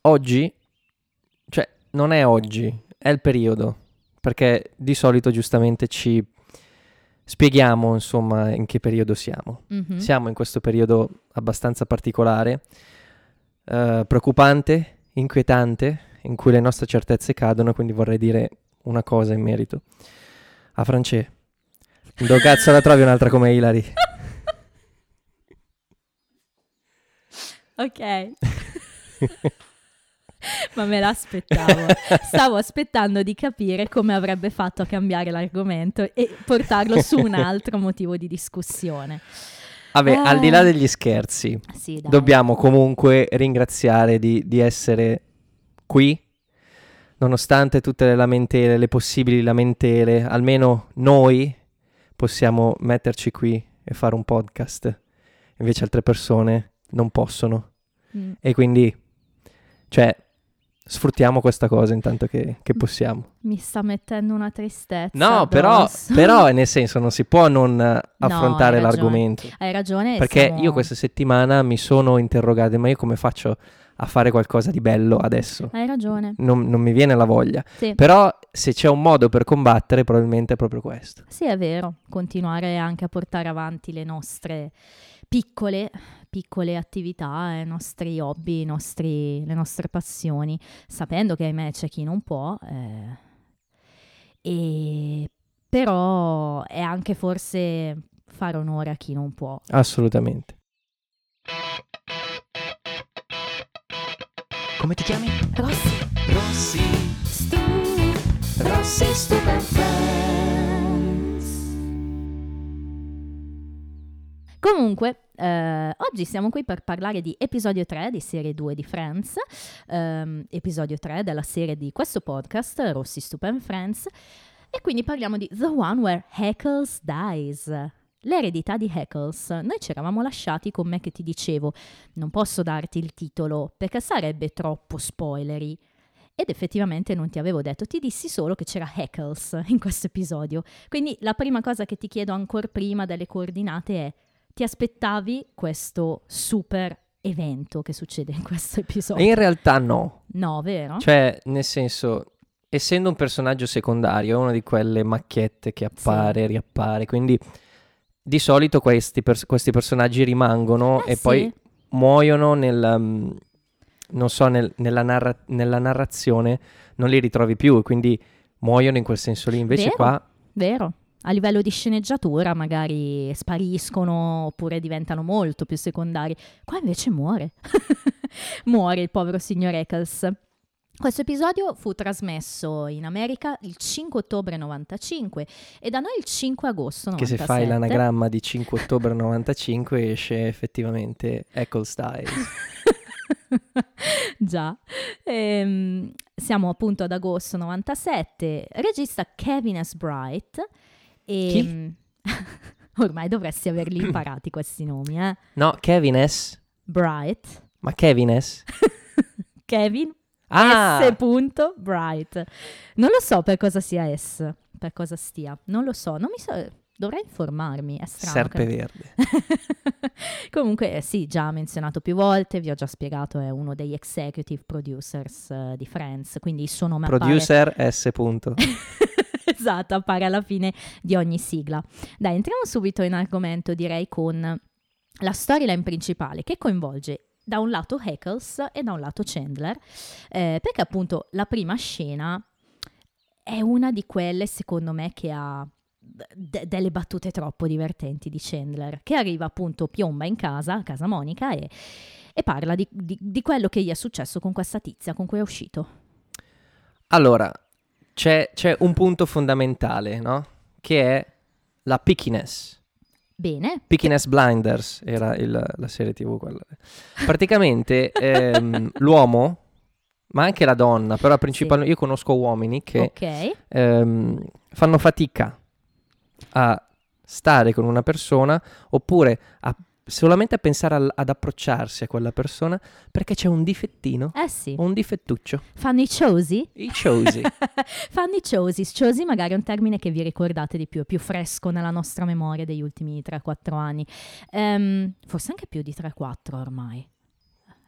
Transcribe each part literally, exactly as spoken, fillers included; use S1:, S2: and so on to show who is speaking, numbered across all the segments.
S1: oggi, cioè non è oggi, è il periodo, perché di solito giustamente ci spieghiamo insomma in che periodo siamo.
S2: Mhm.
S1: Siamo in questo periodo abbastanza particolare, eh, preoccupante, inquietante, in cui le nostre certezze cadono, quindi vorrei dire una cosa in merito. A France, dove cazzo la trovi un'altra come Hilary?
S2: Ok. Ma me l'aspettavo. Stavo aspettando di capire come avrebbe fatto a cambiare l'argomento e portarlo su un altro motivo di discussione.
S1: Vabbè,
S2: Eh,
S1: al di là degli scherzi,
S2: sì, dai.
S1: dobbiamo comunque ringraziare di, di essere qui, nonostante tutte le lamentele, le possibili lamentele, almeno noi possiamo metterci qui e fare un podcast, invece altre persone non possono.
S2: Mm.
S1: E quindi, cioè, sfruttiamo questa cosa intanto che, che possiamo.
S2: Mi sta mettendo una tristezza
S1: No, però,
S2: addosso.
S1: però, nel senso, non si può non eh,
S2: No,
S1: affrontare
S2: hai ragione.
S1: l'argomento.
S2: Hai ragione.
S1: Perché
S2: siamo-
S1: io questa settimana mi sono interrogato, ma io come faccio a fare qualcosa di bello adesso?
S2: Hai ragione.
S1: Non, non mi viene la voglia.
S2: Sì.
S1: Però se c'è un modo per combattere, probabilmente è proprio questo.
S2: Sì, è vero, continuare anche a portare avanti le nostre piccole, piccole attività, i nostri hobby, i nostri- le nostre passioni, sapendo che ahimè c'è chi non può, eh, e però è anche forse fare onore a chi non può.
S1: Assolutamente. Come ti chiami?
S2: Rossi,
S1: Rossi.
S2: stu,
S1: Rossi Stupid
S2: Comunque, eh, oggi siamo qui per parlare di episodio tre di serie due di Friends, ehm, episodio tre della serie di questo podcast, Rossi Stupid Friends, e quindi parliamo di The One Where Heckles Dies, l'eredità di Heckles. Noi ci eravamo lasciati con me che ti dicevo, non posso darti il titolo perché sarebbe troppo spoilery. Ed effettivamente non ti avevo detto, ti dissi solo che c'era Heckles in questo episodio. Quindi la prima cosa che ti chiedo ancora prima delle coordinate è: ti aspettavi questo super evento che succede in questo episodio?
S1: In realtà no.
S2: No, vero?
S1: Cioè, nel senso, essendo un personaggio secondario, è una di quelle macchiette che appare, riappare, quindi di solito questi, pers- questi personaggi rimangono
S2: Eh
S1: e
S2: sì.
S1: poi muoiono nel, um, non so, nel- nella, narra- nella narrazione, non li ritrovi più, e quindi muoiono in quel senso lì. Invece
S2: Vero.
S1: qua,
S2: Vero. A livello di sceneggiatura magari spariscono oppure diventano molto più secondari. Qua invece muore. Muore il povero signor Eccles. Questo episodio fu trasmesso in America il cinque ottobre novantacinque e da noi il cinque agosto
S1: che se
S2: novantasette.
S1: fai l'anagramma di cinque ottobre novantacinque esce effettivamente Eccles Dies.
S2: Già. Ehm, siamo appunto ad agosto novantasette. Regista Kevin S. Bright. E
S1: Chi?
S2: ormai dovresti averli imparati questi nomi, eh?
S1: No, Kevin S.
S2: Bright.
S1: Ma Kevin S.
S2: Kevin
S1: Ah!
S2: S. Bright. Non lo so per cosa sia S, per cosa stia. Non lo so, non mi so. Dovrei informarmi, è strano.
S1: Serpe
S2: che-
S1: verde.
S2: Comunque, eh, sì, già menzionato più volte, vi ho già spiegato, è uno degli executive producers eh, di Friends, quindi il suo nome appare...
S1: Producer S. punto.
S2: Esatto, appare alla fine di ogni sigla. Dai, entriamo subito in argomento, direi, con la storyline principale che coinvolge da un lato Heckles e da un lato Chandler, eh, perché appunto la prima scena è una di quelle, secondo me, che ha d- delle battute troppo divertenti di Chandler, che arriva appunto, piomba in casa, a casa Monica, e, e parla di, di, di quello che gli è successo con questa tizia con cui è uscito.
S1: Allora, c'è, c'è un punto fondamentale, no? Che è la pickiness.
S2: Bene.
S1: Pickiness Blinders era il- la serie tivù quella. Praticamente ehm, l'uomo, ma anche la donna, però principalmente io conosco uomini che
S2: Ok.
S1: ehm, fanno fatica a stare con una persona oppure a, solamente a pensare al- ad approcciarsi a quella persona perché c'è un difettino,
S2: Eh sì.
S1: un difettuccio.
S2: Fanno i chosi?
S1: I chosi.
S2: Fanno i chosi. Chosi magari è un termine che vi ricordate di più, è più fresco nella nostra memoria degli ultimi tre quattro anni. Ehm, forse anche più di tre quattro ormai.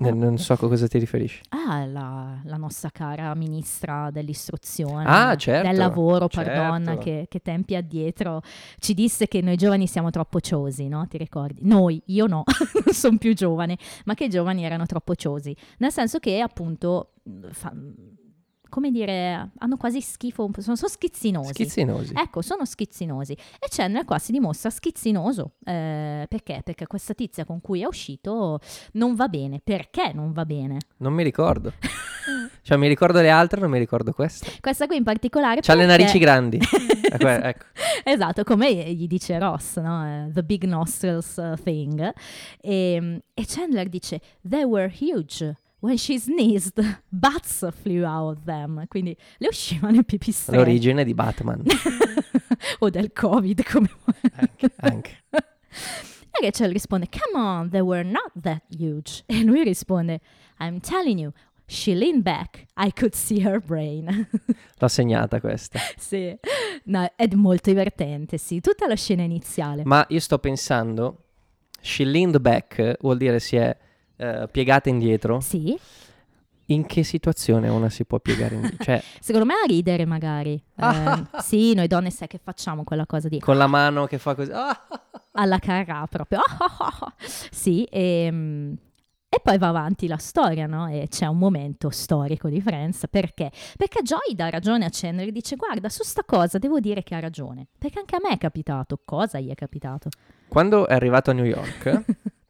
S1: N- non so a cosa ti riferisci.
S2: Ah, la, la nostra cara ministra dell'istruzione,
S1: Ah, certo,
S2: del lavoro,
S1: certo.
S2: pardon, che, che tempi addietro ci disse che noi giovani siamo troppo ciosi, no? Ti ricordi? Noi, io no, non sono più giovane, ma che i giovani erano troppo ciosi, nel senso che appunto, fa, come dire, hanno quasi schifo, sono, sono schizzinosi.
S1: Schizzinosi.
S2: Ecco, sono schizzinosi. E Chandler qua si dimostra schizzinoso. Eh, perché? Perché questa tizia con cui è uscito non va bene. Perché non va bene?
S1: Non mi ricordo. Cioè mi ricordo le altre, non mi ricordo questa.
S2: Questa qui in particolare
S1: C'ha le
S2: perché-
S1: narici grandi. Ecco, ecco.
S2: Esatto, come gli dice Ross, no? Eh, The big nostrils uh, thing. E, e Chandler dice, they were huge. When she sneezed, bats flew out of them. Quindi le uscivano i pipistrelli.
S1: L'origine di Batman.
S2: O del Covid, come
S1: Anche, anche.
S2: E Rachel risponde, come on, they were not that huge. E lui risponde, I'm telling you, she leaned back, I could see her brain.
S1: L'ho segnata questa.
S2: Sì, no, è molto divertente, sì, tutta la scena iniziale.
S1: Ma io sto pensando, she leaned back vuol dire si è eh, piegata indietro.
S2: Sì,
S1: In che situazione una si può piegare indietro? Cioè,
S2: secondo me a ridere magari. Eh, sì, noi donne sai che facciamo quella cosa di
S1: con la mano che fa così. Ah!
S2: alla carra proprio. Sì, e, mm, e poi va avanti la storia, no? E c'è un momento storico di Friends. Perché? Perché Joey dà ragione a Chandler e dice, guarda, su sta cosa devo dire che ha ragione. Perché anche a me è capitato. Cosa gli è capitato?
S1: Quando è arrivato a New York,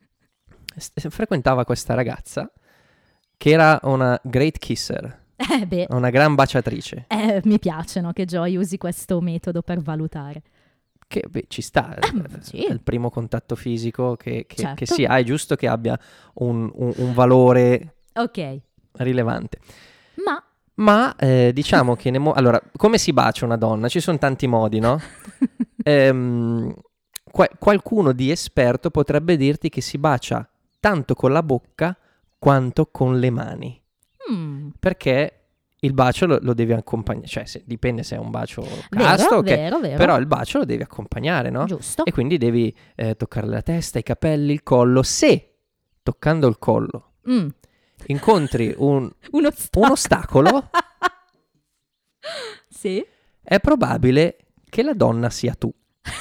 S1: s- frequentava questa ragazza che era una great kisser,
S2: Eh beh,
S1: una gran baciatrice.
S2: eh, mi piace, no? Che Joey usi questo metodo per valutare.
S1: Che beh, ci sta,
S2: Eh, sì.
S1: è il primo contatto fisico che, che,
S2: Certo.
S1: che si ha, è giusto che abbia un, un- un valore
S2: Ok,
S1: rilevante.
S2: ma...
S1: Ma eh, diciamo che... ne mo- allora, come si bacia una donna? Ci sono tanti modi, no? Ehm, qua- qualcuno di esperto potrebbe dirti che si bacia tanto con la bocca quanto con le mani.
S2: Mm,
S1: Perché il bacio lo, lo devi accompagnare, cioè se- dipende se è un bacio
S2: vero,
S1: casto, ok,
S2: vero, vero.
S1: però il bacio lo devi accompagnare, no?
S2: Giusto.
S1: E quindi devi eh, toccare la testa, i capelli, il collo. Se toccando il collo
S2: Mm,
S1: incontri un,
S2: uno
S1: un ostacolo,
S2: Sì.
S1: è probabile che la donna sia tu.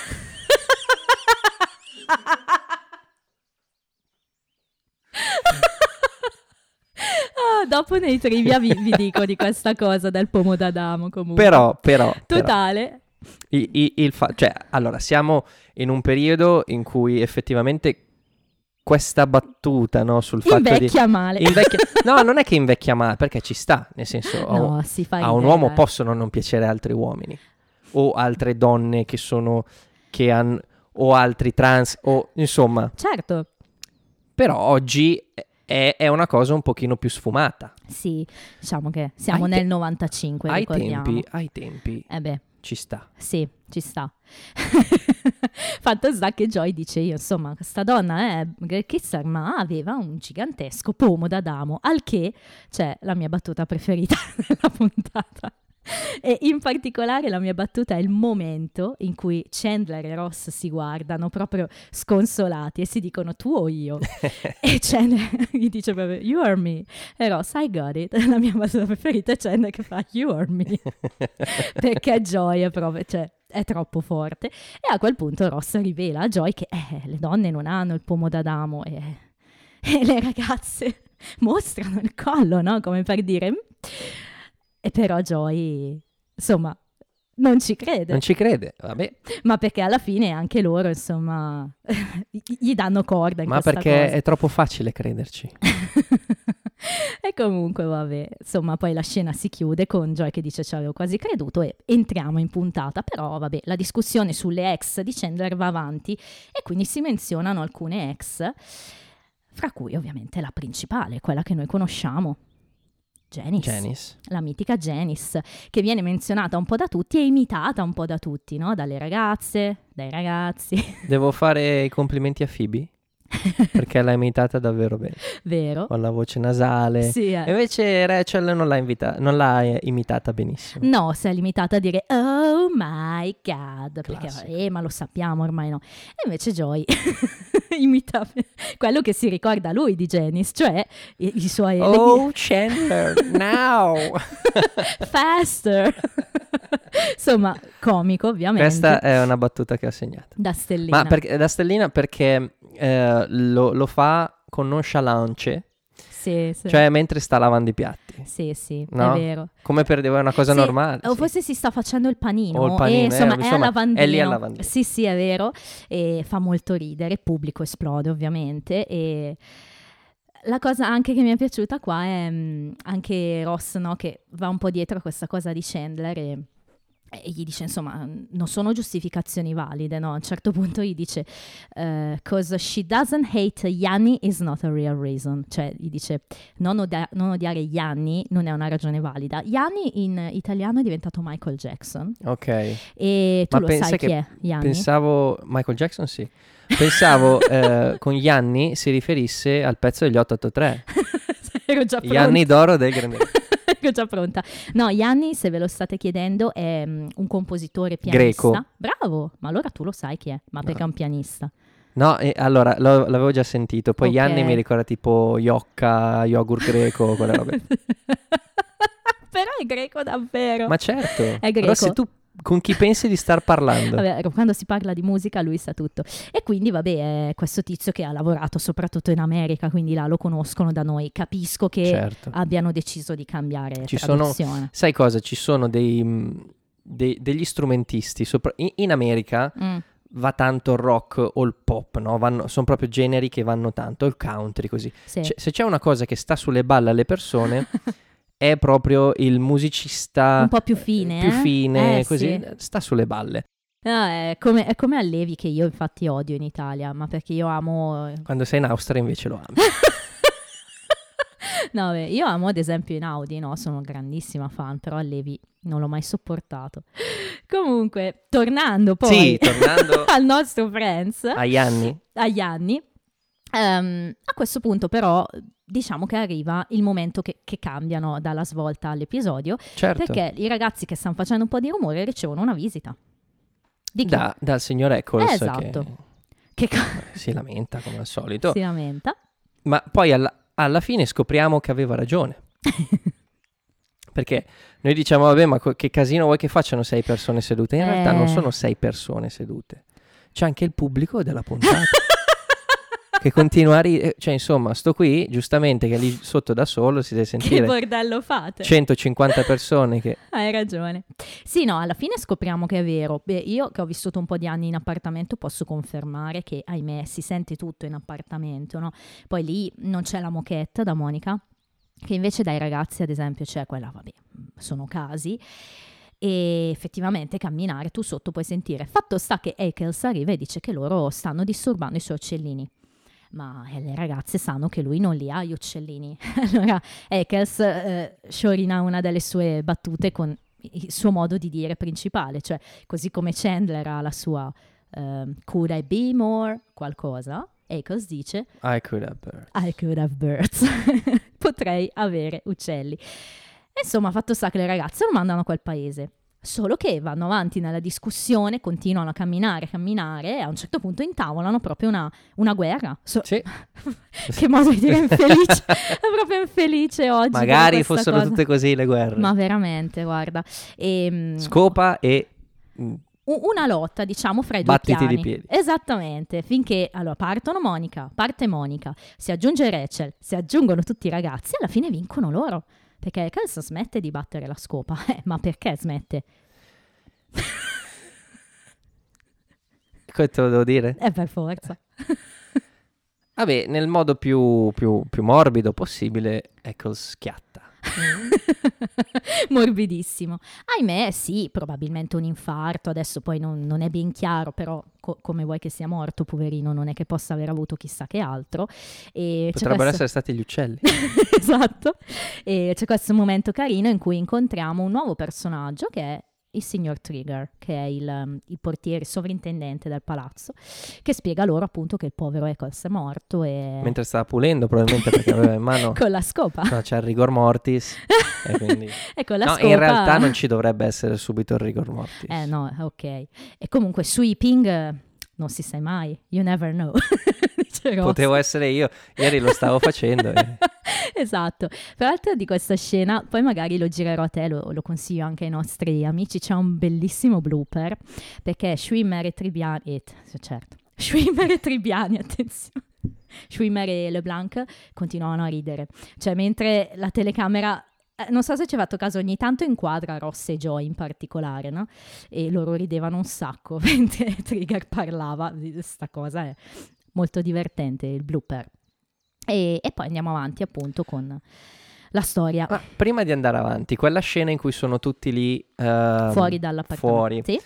S2: Ah, dopo nei trivia vi, vi dico di questa cosa del pomo d'Adamo comunque.
S1: Però, però, però
S2: Totale.
S1: i- i- il fa- cioè, allora, siamo in un periodo in cui effettivamente questa battuta, no, sul fatto
S2: Invecchia
S1: di...
S2: male.
S1: Invecchia... No, non è che invecchia male, perché ci sta, nel senso, a un-
S2: No, si fa
S1: a un
S2: ridere,
S1: uomo
S2: dai.
S1: possono non piacere altri uomini, o altre donne che sono, che hanno, o altri trans, o insomma,
S2: Certo,
S1: però oggi è, è una cosa un pochino più sfumata.
S2: sì, diciamo che siamo
S1: Ai
S2: nel
S1: te-
S2: novantacinque,
S1: Ai
S2: ricordiamo.
S1: tempi, ai tempi
S2: Eh beh,
S1: ci sta.
S2: sì, ci sta. Fatto sta che Joy dice io, insomma, questa donna è Great Kisser, ma aveva un gigantesco pomo d'Adamo, al che c'è la mia battuta preferita della puntata. E in particolare la mia battuta è il momento in cui Chandler e Ross si guardano proprio sconsolati e si dicono tu o io? E Chandler gli dice proprio you or me? E Ross, I got it. La mia battuta preferita è Chandler che fa you or me? Perché Joy è proprio, cioè, è troppo forte. E a quel punto Ross rivela a Joy che eh, le donne non hanno il pomo d'Adamo e, e le ragazze mostrano il collo, no? Come per dire... "Mm". E però Joy, insomma, non ci crede.
S1: Non ci crede, vabbè.
S2: Ma perché alla fine anche loro, insomma, gli danno corda in
S1: Ma
S2: questa
S1: perché
S2: cosa.
S1: è troppo facile crederci.
S2: E comunque, vabbè, insomma, poi la scena si chiude con Joy che dice ci avevo quasi creduto e entriamo in puntata. Però, vabbè, la discussione sulle ex di Chandler va avanti e quindi si menzionano alcune ex, fra cui ovviamente la principale, quella che noi conosciamo. Janice,
S1: Janice.
S2: la mitica Janice, che viene menzionata un po' da tutti e imitata un po' da tutti, no? Dalle ragazze, dai ragazzi.
S1: Devo fare i complimenti a Phoebe? perché l'ha imitata davvero bene,
S2: Vero?
S1: con la voce nasale.
S2: Sì, eh.
S1: E invece Rachel non l'ha, invita- non l'ha eh, imitata benissimo.
S2: No, si è limitata a dire oh my god, perché
S1: Classico.
S2: eh, ma lo sappiamo ormai, no. E invece Joy imita quello che si ricorda lui di Janice, cioè i, i suoi
S1: Oh Chandler, now!
S2: faster. Insomma, comico ovviamente.
S1: Questa è una battuta che ha segnato.
S2: Da stellina.
S1: Ma perché, da stellina perché eh, lo, lo fa con nonchalance,
S2: Sì, sì.
S1: cioè mentre sta lavando i piatti.
S2: Sì, sì,
S1: No?
S2: è vero.
S1: Come per dire, è una cosa
S2: Sì,
S1: normale.
S2: o
S1: sì.
S2: forse si sta facendo il panino,
S1: O il panino,
S2: e insomma,
S1: eh,
S2: è
S1: insomma,
S2: al lavandino.
S1: è lì al lavandino.
S2: Sì, sì, è vero, e fa molto ridere, il pubblico esplode ovviamente, e la cosa anche che mi è piaciuta qua è mh, anche Ross, no, che va un po' dietro a questa cosa di Chandler e e gli dice, insomma, non sono giustificazioni valide, no? A un certo punto gli dice, because she doesn't hate Yanni is not a real reason. Cioè, gli dice, non, odia- non odiare Yanni non è una ragione valida. Yanni in italiano è diventato Michael Jackson.
S1: Ok.
S2: E tu
S1: Ma
S2: lo
S1: pensa
S2: sai
S1: che
S2: chi è, Yanni?
S1: Pensavo, Michael Jackson sì. Pensavo eh, con Yanni si riferisse al pezzo degli otto otto tre.
S2: Ero già pronta.
S1: Yanni d'oro del Grande.
S2: Ero già pronta. No, Yanni, se ve lo state chiedendo, è um, un compositore pianista.
S1: Greco.
S2: Bravo, ma allora tu lo sai chi è, ma perché
S1: No.
S2: è un pianista.
S1: No, e allora lo- l'avevo già sentito. Poi
S2: Ok.
S1: Yanni mi ricorda tipo Iocca, yogurt greco, quelle robe.
S2: Però è greco davvero.
S1: Ma certo.
S2: È
S1: Però
S2: greco.
S1: se tu con chi pensi di star parlando?
S2: Vabbè, quando si parla di musica lui sa tutto. E quindi vabbè, è questo tizio che ha lavorato soprattutto in America, quindi là lo conoscono da noi. Capisco che
S1: Certo.
S2: abbiano deciso di cambiare
S1: Ci sono-
S2: traduzione.
S1: Sai cosa? Ci sono dei, mh, dei- degli strumentisti. sopra- in, in America
S2: Mm,
S1: va tanto il rock o il pop, no? Vanno- sono proprio generi che vanno tanto, il country così.
S2: sì.
S1: C- se c'è una cosa che sta sulle balle alle persone è proprio il musicista
S2: Un po' più fine,
S1: più
S2: eh?
S1: fine,
S2: Eh,
S1: così,
S2: sì.
S1: sta sulle balle.
S2: No, è come, è come Allevi, che io infatti odio in Italia, ma perché io amo...
S1: Quando sei in Austria invece lo ami.
S2: No, beh, io amo ad esempio in Audi, no? Sono grandissima fan, però Allevi non l'ho mai sopportato. Comunque, tornando poi
S1: Sì, tornando
S2: al nostro Friends,
S1: agli anni.
S2: agli anni, ehm, a questo punto però diciamo che arriva il momento che, che cambiano dalla svolta all'episodio,
S1: Certo.
S2: perché i ragazzi che stanno facendo un po' di rumore ricevono una visita. Di chi?
S1: Da- dal signor Eccles
S2: Eh, esatto. Che ca-
S1: che si lamenta come al solito.
S2: si lamenta.
S1: Ma poi alla, alla fine scopriamo che aveva ragione. Perché noi diciamo, vabbè, ma co- che casino vuoi che facciano sei persone sedute? In realtà
S2: Eh.
S1: non sono sei persone sedute. C'è anche il pubblico della puntata. Che continua a ridere. Cioè, insomma, sto qui, giustamente, che è lì sotto da solo, si deve
S2: Che
S1: sentire
S2: bordello fate?
S1: centocinquanta persone che...
S2: Hai ragione. Sì, no, alla fine scopriamo che è vero. Beh, io che ho vissuto un po' di anni in appartamento posso confermare che, ahimè, si sente tutto in appartamento, no? Poi lì non c'è la moquette da Monica, che invece dai ragazzi, ad esempio, c'è quella, vabbè, sono casi. E effettivamente camminare, tu sotto puoi sentire. Fatto sta che Eccles arriva e dice che loro stanno disturbando i suoi uccellini. Ma eh, le ragazze sanno che lui non li ha gli uccellini. Allora Eccles eh, sciorina una delle sue battute con il suo modo di dire principale, cioè così come Chandler ha la sua ehm, could I be more qualcosa, Eccles dice
S1: I could have bird.
S2: I could have birds. Potrei avere uccelli. E insomma, fatto sta che le ragazze lo mandano a quel paese. Solo che vanno avanti nella discussione, continuano a camminare, camminare, e a un certo punto intavolano proprio una, una guerra. So-
S1: Sì.
S2: che modo di dire infelice. È proprio infelice oggi. per
S1: Magari
S2: questa
S1: fossero
S2: cosa.
S1: tutte così le guerre.
S2: Ma veramente, guarda. E,
S1: Scopa e... mm,
S2: u- una lotta, diciamo, fra i due
S1: Battiti
S2: piani.
S1: di piedi.
S2: Esattamente, finché allora partono Monica, parte Monica, si aggiunge Rachel, si aggiungono tutti i ragazzi, alla fine vincono loro. Perché Eccles smette di battere la scopa. Eh, ma perché smette?
S1: Cosa te lo devo dire?
S2: Eh, per forza.
S1: Vabbè, nel modo più, più, più morbido possibile, Eccles schiatta.
S2: Morbidissimo. Ahimè, sì, probabilmente un infarto, adesso poi non, non è ben chiaro, però co- come vuoi che sia morto, poverino, non è che possa aver avuto chissà che altro. E c'è
S1: Potrebbero
S2: questo-
S1: essere stati gli uccelli.
S2: Esatto. E c'è questo momento carino in cui incontriamo un nuovo personaggio che è il signor Trigger, che è il, il portiere, sovrintendente del palazzo, che spiega loro appunto che il povero Eccles è morto e...
S1: Mentre stava pulendo, probabilmente, perché aveva in mano...
S2: con la scopa.
S1: No, c'è il rigor mortis. E quindi...
S2: e con la
S1: no,
S2: scopa...
S1: in realtà non ci dovrebbe essere subito il rigor mortis.
S2: Eh no, ok. E comunque sweeping eh, non si sa mai, you never know.
S1: Potevo essere io, ieri lo stavo facendo. E...
S2: esatto. Tra l'altro di questa scena, poi magari lo girerò a te, lo, lo consiglio anche ai nostri amici, c'è un bellissimo blooper, perché Schwimmer e Tribiani, eh, certo, Schwimmer e Tribiani, attenzione, Schwimmer e LeBlanc continuavano a ridere, cioè mentre la telecamera... non so se ci hai fatto caso, ogni tanto inquadra Ross e Joy in particolare, no? E loro ridevano un sacco mentre Trigger parlava. Questa cosa è molto divertente, il blooper. E, e poi andiamo avanti appunto con la storia.
S1: Ma prima di andare avanti, quella scena in cui sono tutti lì uh,
S2: fuori dall'appartamento.
S1: Fuori.
S2: Sì?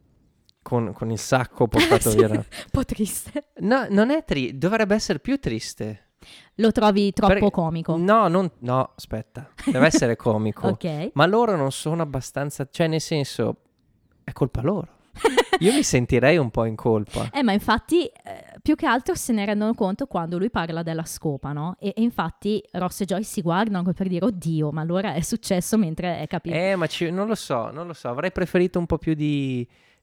S1: Con, con il sacco portato
S2: sì,
S1: via.
S2: un po' triste.
S1: No, non è triste, dovrebbe essere più triste.
S2: Lo trovi troppo
S1: Perché,
S2: comico?
S1: No, non, no, aspetta, deve essere comico.
S2: Ok.
S1: Ma loro non sono abbastanza, cioè nel senso, è colpa loro. Io mi sentirei un po' in colpa.
S2: Eh, ma infatti, eh, più che altro se ne rendono conto quando lui parla della scopa, no? E, e infatti Ross e Joy si guardano come per dire, oddio, ma allora è successo mentre è capito.
S1: Eh, ma ci, non lo so, non lo so, avrei preferito un po' più di...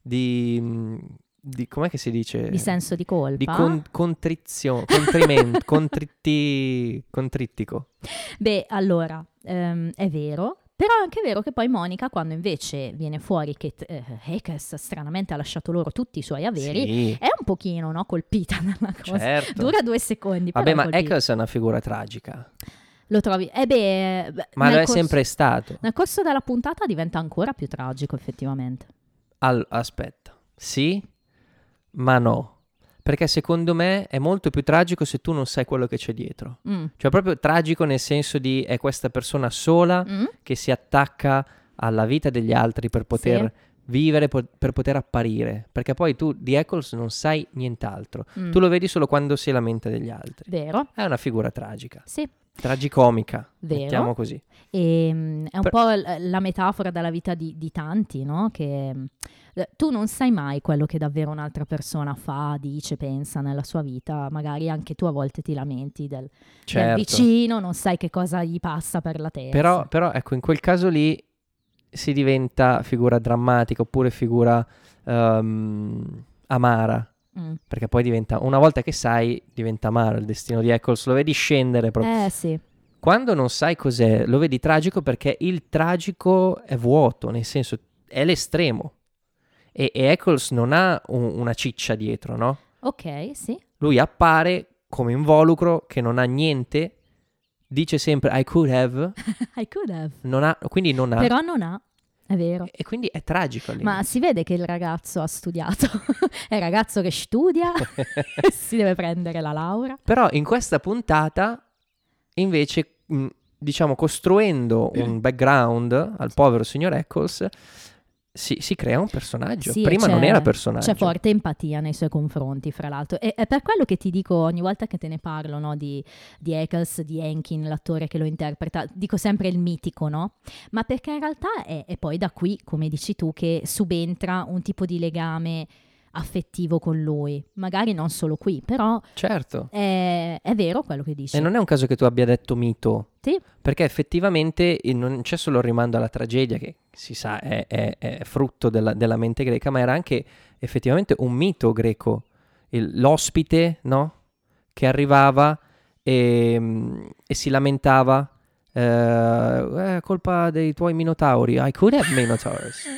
S1: di Di, com'è che si dice?
S2: Di senso di colpa?
S1: Di con, contrizione, contrimento, contritti, contrittico.
S2: Beh, allora, ehm, è vero, però è anche vero che poi Monica, quando invece viene fuori che eh, Eccles stranamente ha lasciato loro tutti i suoi averi,
S1: Sì.
S2: è un pochino, no, colpita dalla cosa.
S1: Certo.
S2: Dura due secondi,
S1: Vabbè,
S2: però
S1: ma
S2: è colpita.
S1: Eccles è una figura tragica.
S2: Lo trovi? Eh beh...
S1: Ma lo è
S2: corso,
S1: sempre stato.
S2: Nel corso della puntata diventa ancora più tragico, effettivamente.
S1: Al, aspetta, sì, ma no. Perché secondo me è molto più tragico se tu non sai quello che c'è dietro.
S2: Mm.
S1: Cioè proprio tragico nel senso di è questa persona sola
S2: Mm.
S1: che si attacca alla vita degli altri per poter
S2: Sì.
S1: vivere, po- per poter apparire. Perché poi tu di Eccles non sai nient'altro.
S2: Mm.
S1: Tu lo vedi solo quando si lamenta degli altri.
S2: Vero?
S1: È una figura tragica.
S2: Sì.
S1: Tragicomica.
S2: Vero.
S1: Mettiamo così.
S2: E, mm, è un
S1: Per-
S2: po' l- la metafora della vita di, di tanti, no? Che mm, eh, tu non sai mai quello che davvero un'altra persona fa, dice, pensa nella sua vita. Magari anche tu a volte ti lamenti del, del
S1: Certo.
S2: vicino, non sai che cosa gli passa per la testa.
S1: Però, però ecco, in quel caso lì si diventa figura drammatica oppure figura ehm, amara.
S2: Mm.
S1: Perché poi diventa, una volta che sai, diventa amaro il destino di Eccles, lo vedi scendere proprio.
S2: Eh sì,
S1: Quando non sai cos'è, lo vedi tragico perché il tragico è vuoto, nel senso è l'estremo. E, e Eccles non ha un- una ciccia dietro, no?
S2: ok, sì.
S1: Lui appare come involucro che non ha niente, dice sempre I could have,
S2: I could have.
S1: non ha, quindi non ha.
S2: Però non ha, è vero.
S1: E quindi è tragico all'inizio.
S2: Ma si vede che il ragazzo ha studiato, è il ragazzo che studia, si deve prendere la laurea.
S1: Però in questa puntata, invece, mh, diciamo, costruendo un background al povero signor Eccles, si, si crea un personaggio.
S2: Sì,
S1: Prima
S2: c'è-
S1: non era personaggio.
S2: C'è forte empatia nei suoi confronti, fra l'altro. E è per quello che ti dico ogni volta che te ne parlo, no, di, di Eccles, di Henkin, l'attore che lo interpreta, dico sempre il mitico, no? Ma perché in realtà è, è poi da qui, come dici tu, che subentra un tipo di legame affettivo con lui. Magari non solo qui, però
S1: Certo.
S2: è, è vero quello che dici.
S1: E non è un caso che tu abbia detto mito.
S2: Sì,
S1: Perché effettivamente eh, non c'è solo il rimando alla tragedia, che si sa è, è- è frutto della, della mente greca, ma era anche effettivamente un mito greco. Il- l'ospite, no? Che arrivava e, mm, e si lamentava. Eh, è colpa dei tuoi minotauri. I could have minotaurs.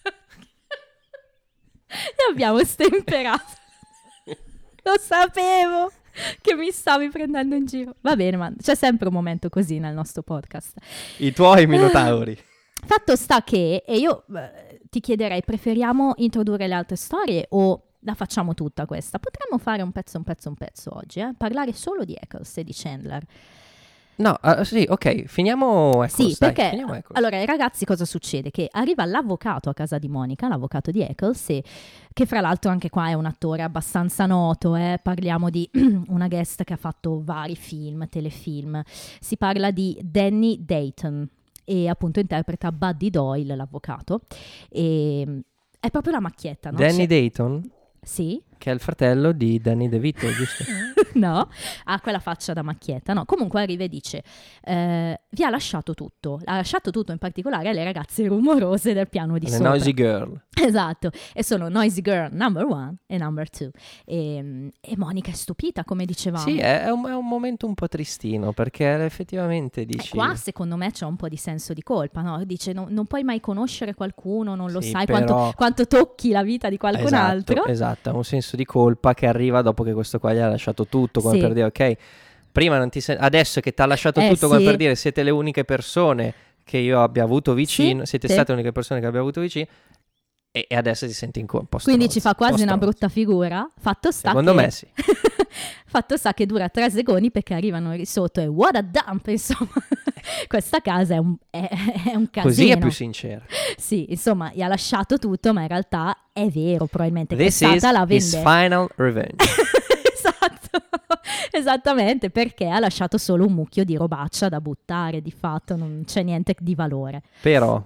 S2: e abbiamo stemperato. Lo sapevo che mi stavi prendendo in giro. Va bene, ma c'è sempre un momento così nel nostro podcast.
S1: I tuoi minotauri.
S2: Fatto sta che, e io eh, ti chiederei, preferiamo introdurre le altre storie o la facciamo tutta questa? Potremmo fare un pezzo, un pezzo, un pezzo oggi, eh? Parlare solo di Eccles e di Chandler.
S1: No, ah, sì, ok, finiamo Eccles,
S2: Sì,
S1: dai,
S2: perché
S1: finiamo Eccles.
S2: allora ai ragazzi cosa succede? Che arriva l'avvocato a casa di Monica, l'avvocato di Eccles, e, che fra l'altro anche qua è un attore abbastanza noto, eh? Parliamo di una guest che ha fatto vari film, telefilm, si parla di Danny Dayton. e appunto interpreta Buddy Doyle, l'avvocato, e è proprio la macchietta, no?
S1: Danny
S2: C'è-
S1: Dayton,
S2: Sì?
S1: che è il fratello di Danny DeVito, giusto?
S2: No, ha quella faccia da macchietta, no. Comunque arriva e dice, eh, vi ha lasciato tutto, ha lasciato tutto in particolare alle ragazze rumorose del piano di
S1: Le
S2: sopra.
S1: Noisy Girl.
S2: Esatto, e sono Noisy Girl number one e number two. E, e Monica è stupita, come dicevamo.
S1: Sì, è, è un, è un momento un po' tristino, perché effettivamente
S2: E
S1: dici...
S2: qua secondo me c'è un po' di senso di colpa, no? Dice no- non puoi mai conoscere qualcuno, non lo
S1: Sì,
S2: sai
S1: però-
S2: quanto, quanto tocchi la vita di qualcun
S1: esatto,
S2: altro.
S1: Esatto, ha un senso di colpa che arriva dopo che questo qua gli ha lasciato tutto, come
S2: Sì.
S1: per dire, ok, prima non ti sen- adesso che ti ha lasciato
S2: Eh,
S1: tutto, come
S2: sì.
S1: per dire, siete le uniche persone che io abbia avuto vicino,
S2: Sì,
S1: siete
S2: sì.
S1: state le uniche persone che abbia avuto vicino, e, e adesso ti senti in co- un po'
S2: Quindi
S1: stronzo,
S2: ci fa quasi
S1: un po'
S2: una
S1: stronzo.
S2: brutta figura. Fatto sta
S1: Secondo
S2: che...
S1: me sì.
S2: Fatto sta che dura tre secondi perché arrivano lì sotto e what a dump, insomma. Questa casa è un, è, è un casino.
S1: Così è più sincera.
S2: Sì, insomma, gli ha lasciato tutto, ma in realtà è vero probabilmente che è
S1: This
S2: stata
S1: is
S2: la
S1: his
S2: vendetta.
S1: final revenge.
S2: Esatto, esattamente, perché ha lasciato solo un mucchio di robaccia da buttare, di fatto non c'è niente di valore.
S1: Però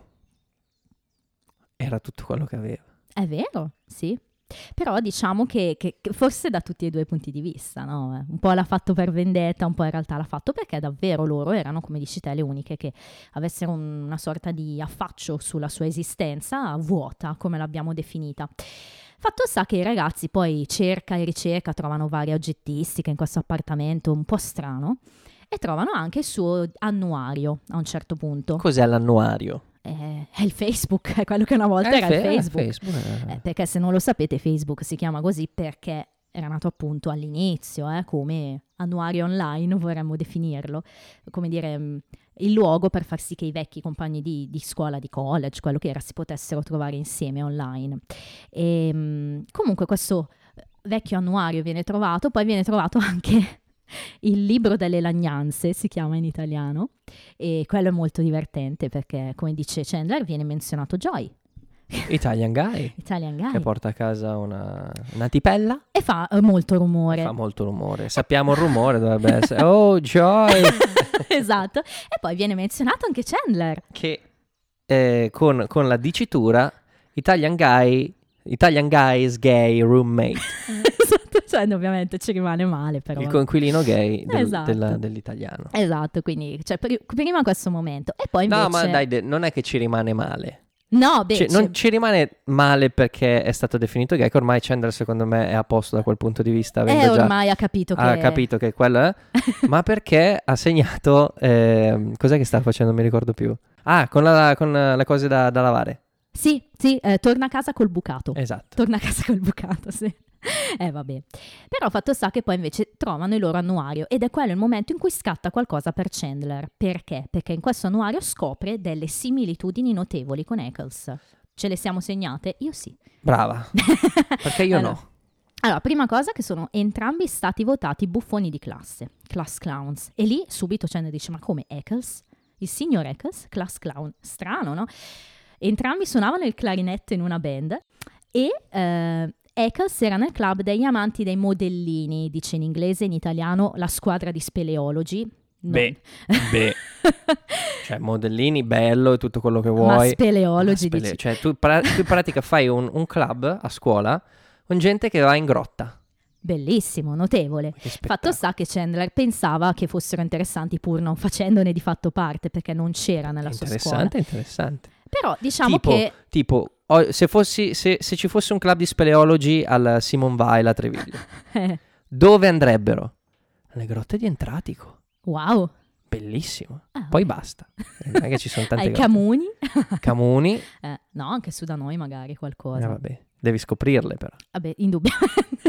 S1: era tutto quello che aveva.
S2: È vero, sì. Però diciamo che, che- che forse da tutti e due i punti di vista, no? Eh, Un po' l'ha fatto per vendetta, un po' in realtà l'ha fatto perché davvero loro erano, come dici te, le uniche che avessero un- una sorta di affaccio sulla sua esistenza vuota, come l'abbiamo definita. Fatto sta che i ragazzi poi cerca e ricerca, trovano varie oggettistiche in questo appartamento un po' strano e trovano anche il suo annuario a un certo punto.
S1: Cos'è l'annuario?
S2: Eh, è il Facebook, è quello che una volta
S1: Eh,
S2: era
S1: fe-
S2: il
S1: eh,
S2: Facebook.
S1: Facebook, eh.
S2: Eh, perché se non lo sapete, Facebook si chiama così perché era nato appunto all'inizio, eh, come annuario online, vorremmo definirlo, come dire, mh, il luogo per far sì che i vecchi compagni di, di scuola, di college, quello che era, si potessero trovare insieme online. E, mh, comunque questo vecchio annuario viene trovato, poi viene trovato anche il libro delle lagnanze, si chiama in italiano, e quello è molto divertente perché, come dice Chandler, viene menzionato Joy,
S1: Italian Guy,
S2: Italian Guy,
S1: che porta a casa una, una tipella.
S2: e fa eh, molto rumore.
S1: Fa molto rumore. Sappiamo il rumore, dovrebbe essere. Oh, Joy!
S2: Esatto. E poi viene menzionato anche Chandler.
S1: Che eh, con, con la dicitura Italian Guy, Italian Guy's gay roommate.
S2: Esatto, cioè ovviamente ci rimane male però.
S1: Il coinquilino gay del-
S2: Esatto.
S1: della- dell'italiano.
S2: Esatto, quindi cioè, pri- prima questo momento e poi invece...
S1: No, ma dai, de- non è che ci rimane male.
S2: No, beh,
S1: Cioè,
S2: c'è-
S1: non ci rimane male perché è stato definito gay, che ormai Chandler secondo me è a posto da quel punto di vista, avendo
S2: eh,
S1: già
S2: ormai ha capito che...
S1: ha capito che quello è, ma perché ha segnato, ehm, cos'è che sta facendo, non mi ricordo più. Ah, con, la, con le cose da, da lavare.
S2: Sì, sì, eh, torna a casa col bucato.
S1: Esatto.
S2: Torna a casa col bucato, sì. Eh vabbè. Però fatto sta che poi invece trovano il loro annuario ed è quello il momento in cui scatta qualcosa per Chandler. Perché? Perché in questo annuario scopre delle similitudini notevoli con Eccles. Ce le siamo segnate? Io sì.
S1: Brava. Perché io
S2: Allora,
S1: no.
S2: Allora, prima cosa che sono entrambi stati votati buffoni di classe, class clowns. E lì subito Chandler dice, ma come Eccles? Il signor Eccles? Class clown. Strano, no? Entrambi suonavano il clarinetto in una band e eh, Eccles era nel club degli amanti dei modellini, dice in inglese, in italiano la squadra di speleologi. Non-
S1: Beh, beh. Cioè, modellini, bello e tutto quello che
S2: ma
S1: vuoi.
S2: speleologi,
S1: Ma spele-
S2: dici.
S1: Cioè, tu, pra- tu in pratica fai un, un club a scuola con gente che va in grotta.
S2: Bellissimo, notevole.
S1: Che
S2: Fatto
S1: spettacolo.
S2: sta che Chandler pensava che fossero interessanti pur non facendone di fatto parte perché non c'era nella sua scuola.
S1: Interessante, interessante.
S2: Però diciamo
S1: tipo,
S2: che
S1: tipo oh, se, fossi, se, se ci fosse un club di speleologi al Simon Weil a Treviglio,
S2: eh,
S1: dove andrebbero? Alle grotte di Entratico.
S2: wow.
S1: Bellissimo.
S2: Ah,
S1: Poi
S2: vabbè.
S1: basta. Non è che ci sono tante
S2: Ai
S1: grotte.
S2: Camuni?
S1: Camuni.
S2: Eh, no, anche su da noi magari qualcosa.
S1: Eh, vabbè, devi scoprirle però.
S2: Vabbè, indubbiamente.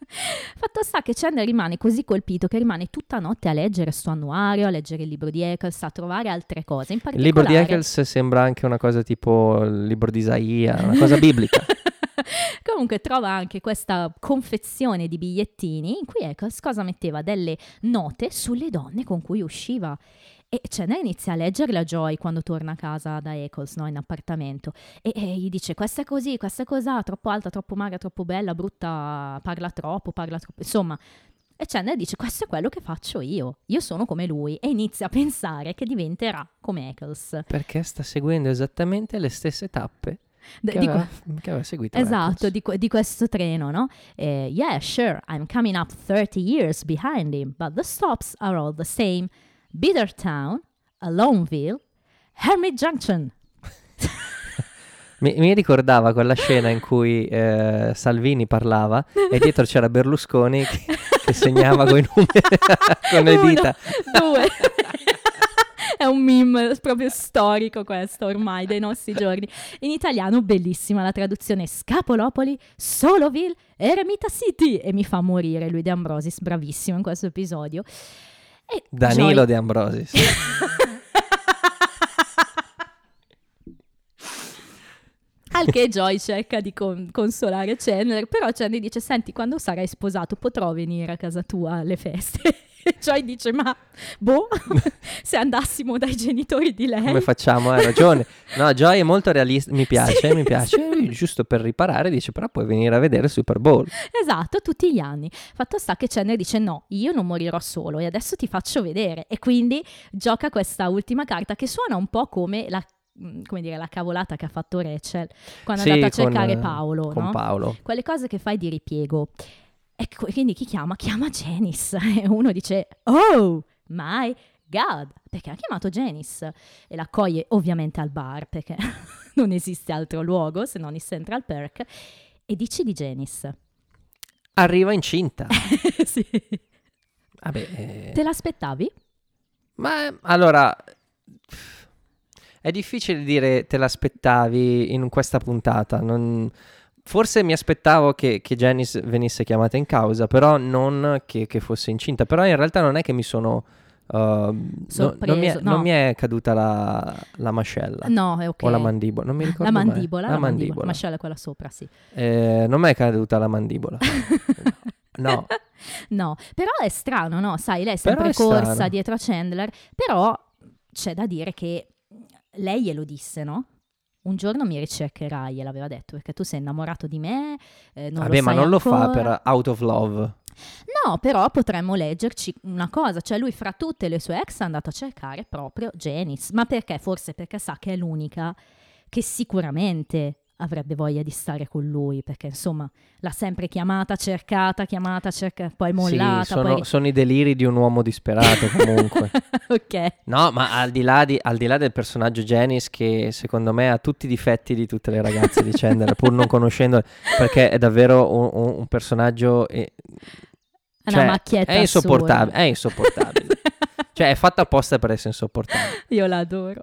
S2: Fatto sta che Chandler rimane così colpito che rimane tutta notte a leggere sto annuario, a leggere il libro di Eccles, a trovare altre cose. In
S1: Il
S2: particolare...
S1: libro di Eccles sembra anche una cosa tipo il libro di Isaia, una cosa biblica.
S2: Comunque trova anche questa confezione di bigliettini in cui Eccles cosa metteva? Delle note sulle donne con cui usciva. E Chandler inizia a leggerle a Joy quando torna a casa da Eccles, no, in appartamento. E, e gli dice questa è così, questa è così, troppo alta, troppo magra, troppo bella, brutta, parla troppo, parla troppo. Insomma, E Chandler dice: questo è quello che faccio io, io sono come lui, e inizia a pensare che diventerà come Eccles.
S1: Perché sta seguendo esattamente le stesse tappe
S2: D-
S1: che,
S2: di
S1: aveva,
S2: que-
S1: che aveva seguito
S2: Esatto,
S1: Eccles.
S2: di, que- di questo treno, no? Eh, yeah, sure, I'm coming up thirty years behind him, but the stops are all the same. Bittertown, Aloneville, Hermit Junction.
S1: Mi, mi ricordava quella scena in cui eh, Salvini parlava e dietro c'era Berlusconi che, che segnava coi numeri con le
S2: Uno,
S1: dita.
S2: due. È un meme proprio storico questo ormai dei nostri giorni. In italiano bellissima la traduzione: Scapolopoli, Soloville, Eremita City. E mi fa morire lui De Ambrosis, bravissimo in questo episodio. E
S1: Danilo
S2: Joy...
S1: De Ambrosis.
S2: Al che Joy cerca di con- consolare Chandler, però Chandler dice: senti, quando sarai sposato potrò venire a casa tua alle feste. E Joy dice: ma boh, se andassimo dai genitori di lei.
S1: Come facciamo? Hai ragione. No, Joy è molto realista, mi piace,
S2: Sì,
S1: mi piace.
S2: sì.
S1: Giusto per riparare dice, però puoi venire a vedere il Super Bowl.
S2: Esatto, tutti gli anni. Fatto sta che Chandler dice: no, io non morirò solo e adesso ti faccio vedere. E quindi gioca questa ultima carta che suona un po' come la, come dire, la cavolata che ha fatto Rachel quando
S1: Sì,
S2: è andata a
S1: con,
S2: cercare
S1: eh,
S2: Paolo,
S1: con
S2: no?
S1: Paolo.
S2: Quelle cose che fai di ripiego. E qu- quindi chi chiama? Chiama Janice. E uno dice: oh my God, perché ha chiamato Janice? E la accoglie ovviamente al bar, perché non esiste altro luogo se non il Central Perk. E dici di Janice:
S1: Arriva incinta.
S2: sì.
S1: Vabbè, eh,
S2: Te l'aspettavi?
S1: ma eh, allora è difficile dire te l'aspettavi in questa puntata. Non... Forse mi aspettavo che, che Janice venisse chiamata in causa, però non che, che fosse incinta. Però in realtà non è che mi sono... uh, no- non, mi è,
S2: Sorpreso, no.
S1: non mi è caduta la, la mascella.
S2: No, è ok.
S1: O la mandibola, non mi ricordo
S2: La
S1: mai.
S2: mandibola, la,
S1: La
S2: mandibola.
S1: mandibola.
S2: Mascella è quella sopra, sì.
S1: Eh, non mi è caduta la mandibola. No.
S2: No, però è strano, no? Sai, lei è sempre
S1: Però è
S2: corsa
S1: strano.
S2: dietro a Chandler, però c'è da dire che lei glielo disse, no? Un giorno mi ricercherai, gliel'aveva detto, perché tu sei innamorato di me, eh, non
S1: Vabbè,
S2: lo
S1: ma
S2: sai
S1: non lo fa
S2: ancora.
S1: per out of love.
S2: No, però potremmo leggerci una cosa, cioè lui fra tutte le sue ex è andato a cercare proprio Janice, ma perché? Forse perché sa che è l'unica che sicuramente avrebbe voglia di stare con lui, perché insomma l'ha sempre chiamata, cercata, chiamata, cercata, poi mollata.
S1: Sì, sono,
S2: poi...
S1: sono i deliri di un uomo disperato comunque.
S2: ok.
S1: No, ma al di, là di, al di là del personaggio Janice, che secondo me ha tutti i difetti di tutte le ragazze di Chandler, pur non conoscendole, perché è davvero un, un, un personaggio... Eh,
S2: Una
S1: cioè,
S2: macchietta
S1: è insopportabile,
S2: assurda.
S1: è insopportabile. Cioè è fatta apposta per essere insopportabile.
S2: Io l'adoro.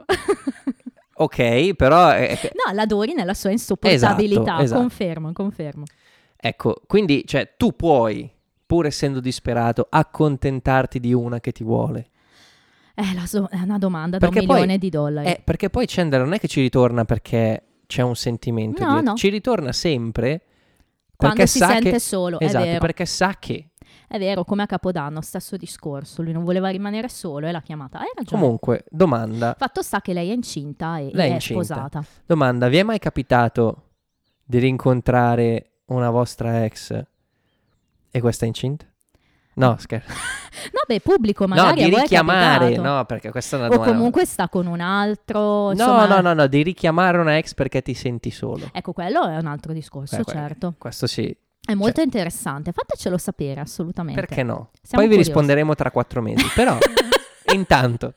S1: Ok, però... È,
S2: No, l'adori nella sua insopportabilità,
S1: Esatto, esatto.
S2: confermo, confermo.
S1: ecco, quindi cioè, tu puoi, pur essendo disperato, accontentarti di una che ti vuole.
S2: Eh, la so- è una domanda da un
S1: Perché poi-
S2: milione di dollari.
S1: Eh, perché poi Chandler non è che ci ritorna perché c'è un sentimento
S2: No,
S1: dietro.
S2: no.
S1: Ci ritorna sempre
S2: Quando
S1: perché
S2: si
S1: sa
S2: sente
S1: che...
S2: solo,
S1: Esatto,
S2: è vero.
S1: perché sa che...
S2: È vero, come a Capodanno, stesso discorso. Lui non voleva rimanere solo e l'ha chiamata. Hai ragione.
S1: Comunque, domanda,
S2: Fatto sta che lei è incinta e,
S1: Lei
S2: e
S1: è
S2: è
S1: incinta.
S2: sposata.
S1: domanda, vi è mai capitato di rincontrare una vostra ex e questa è incinta? No, scherzo.
S2: No, beh, pubblico
S1: No,
S2: magari
S1: di
S2: a voi è
S1: richiamare,
S2: capitato.
S1: no, perché questa è una
S2: O
S1: domanda...
S2: comunque sta con un altro.
S1: No,
S2: insomma-
S1: no, no, no, di richiamare una ex perché ti senti solo.
S2: Ecco, quello è un altro discorso,
S1: Eh, que-
S2: certo.
S1: Questo sì,
S2: È molto interessante. Fatecelo sapere, assolutamente.
S1: perché no?
S2: Siamo
S1: Poi vi
S2: curiosi.
S1: risponderemo tra quattro mesi, però intanto...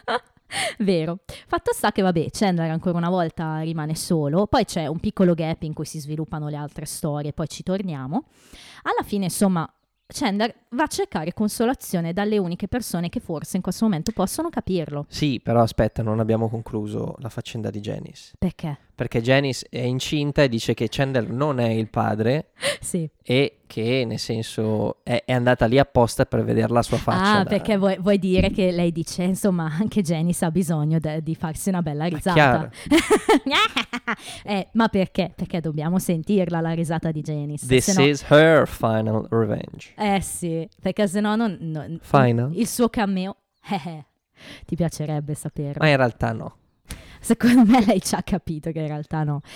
S2: Vero. Fatto sta che vabbè, Chandler ancora una volta rimane solo, poi c'è un piccolo gap in cui si sviluppano le altre storie, poi ci torniamo. Alla fine, insomma, Chandler va a cercare consolazione dalle uniche persone che forse in questo momento possono capirlo.
S1: Sì, però aspetta, non abbiamo concluso la faccenda di Janice.
S2: Perché?
S1: Perché Janice è incinta e dice che Chandler non è il padre
S2: Sì.
S1: e che, nel senso, è, è andata lì apposta per vedere la sua faccia.
S2: Ah,
S1: da-
S2: perché vuoi, vuoi dire che lei dice, insomma, anche Janice ha bisogno de- di farsi una bella
S1: Ma
S2: risata.
S1: chiaro.
S2: eh, ma perché? Perché dobbiamo sentirla la risata di Janice.
S1: This
S2: se no-
S1: is her final revenge.
S2: Eh sì, perché sennò non, non-
S1: Final?
S2: il suo cameo, eh, eh, ti piacerebbe saperlo.
S1: Ma in realtà no.
S2: Secondo me lei ci ha capito che in realtà no.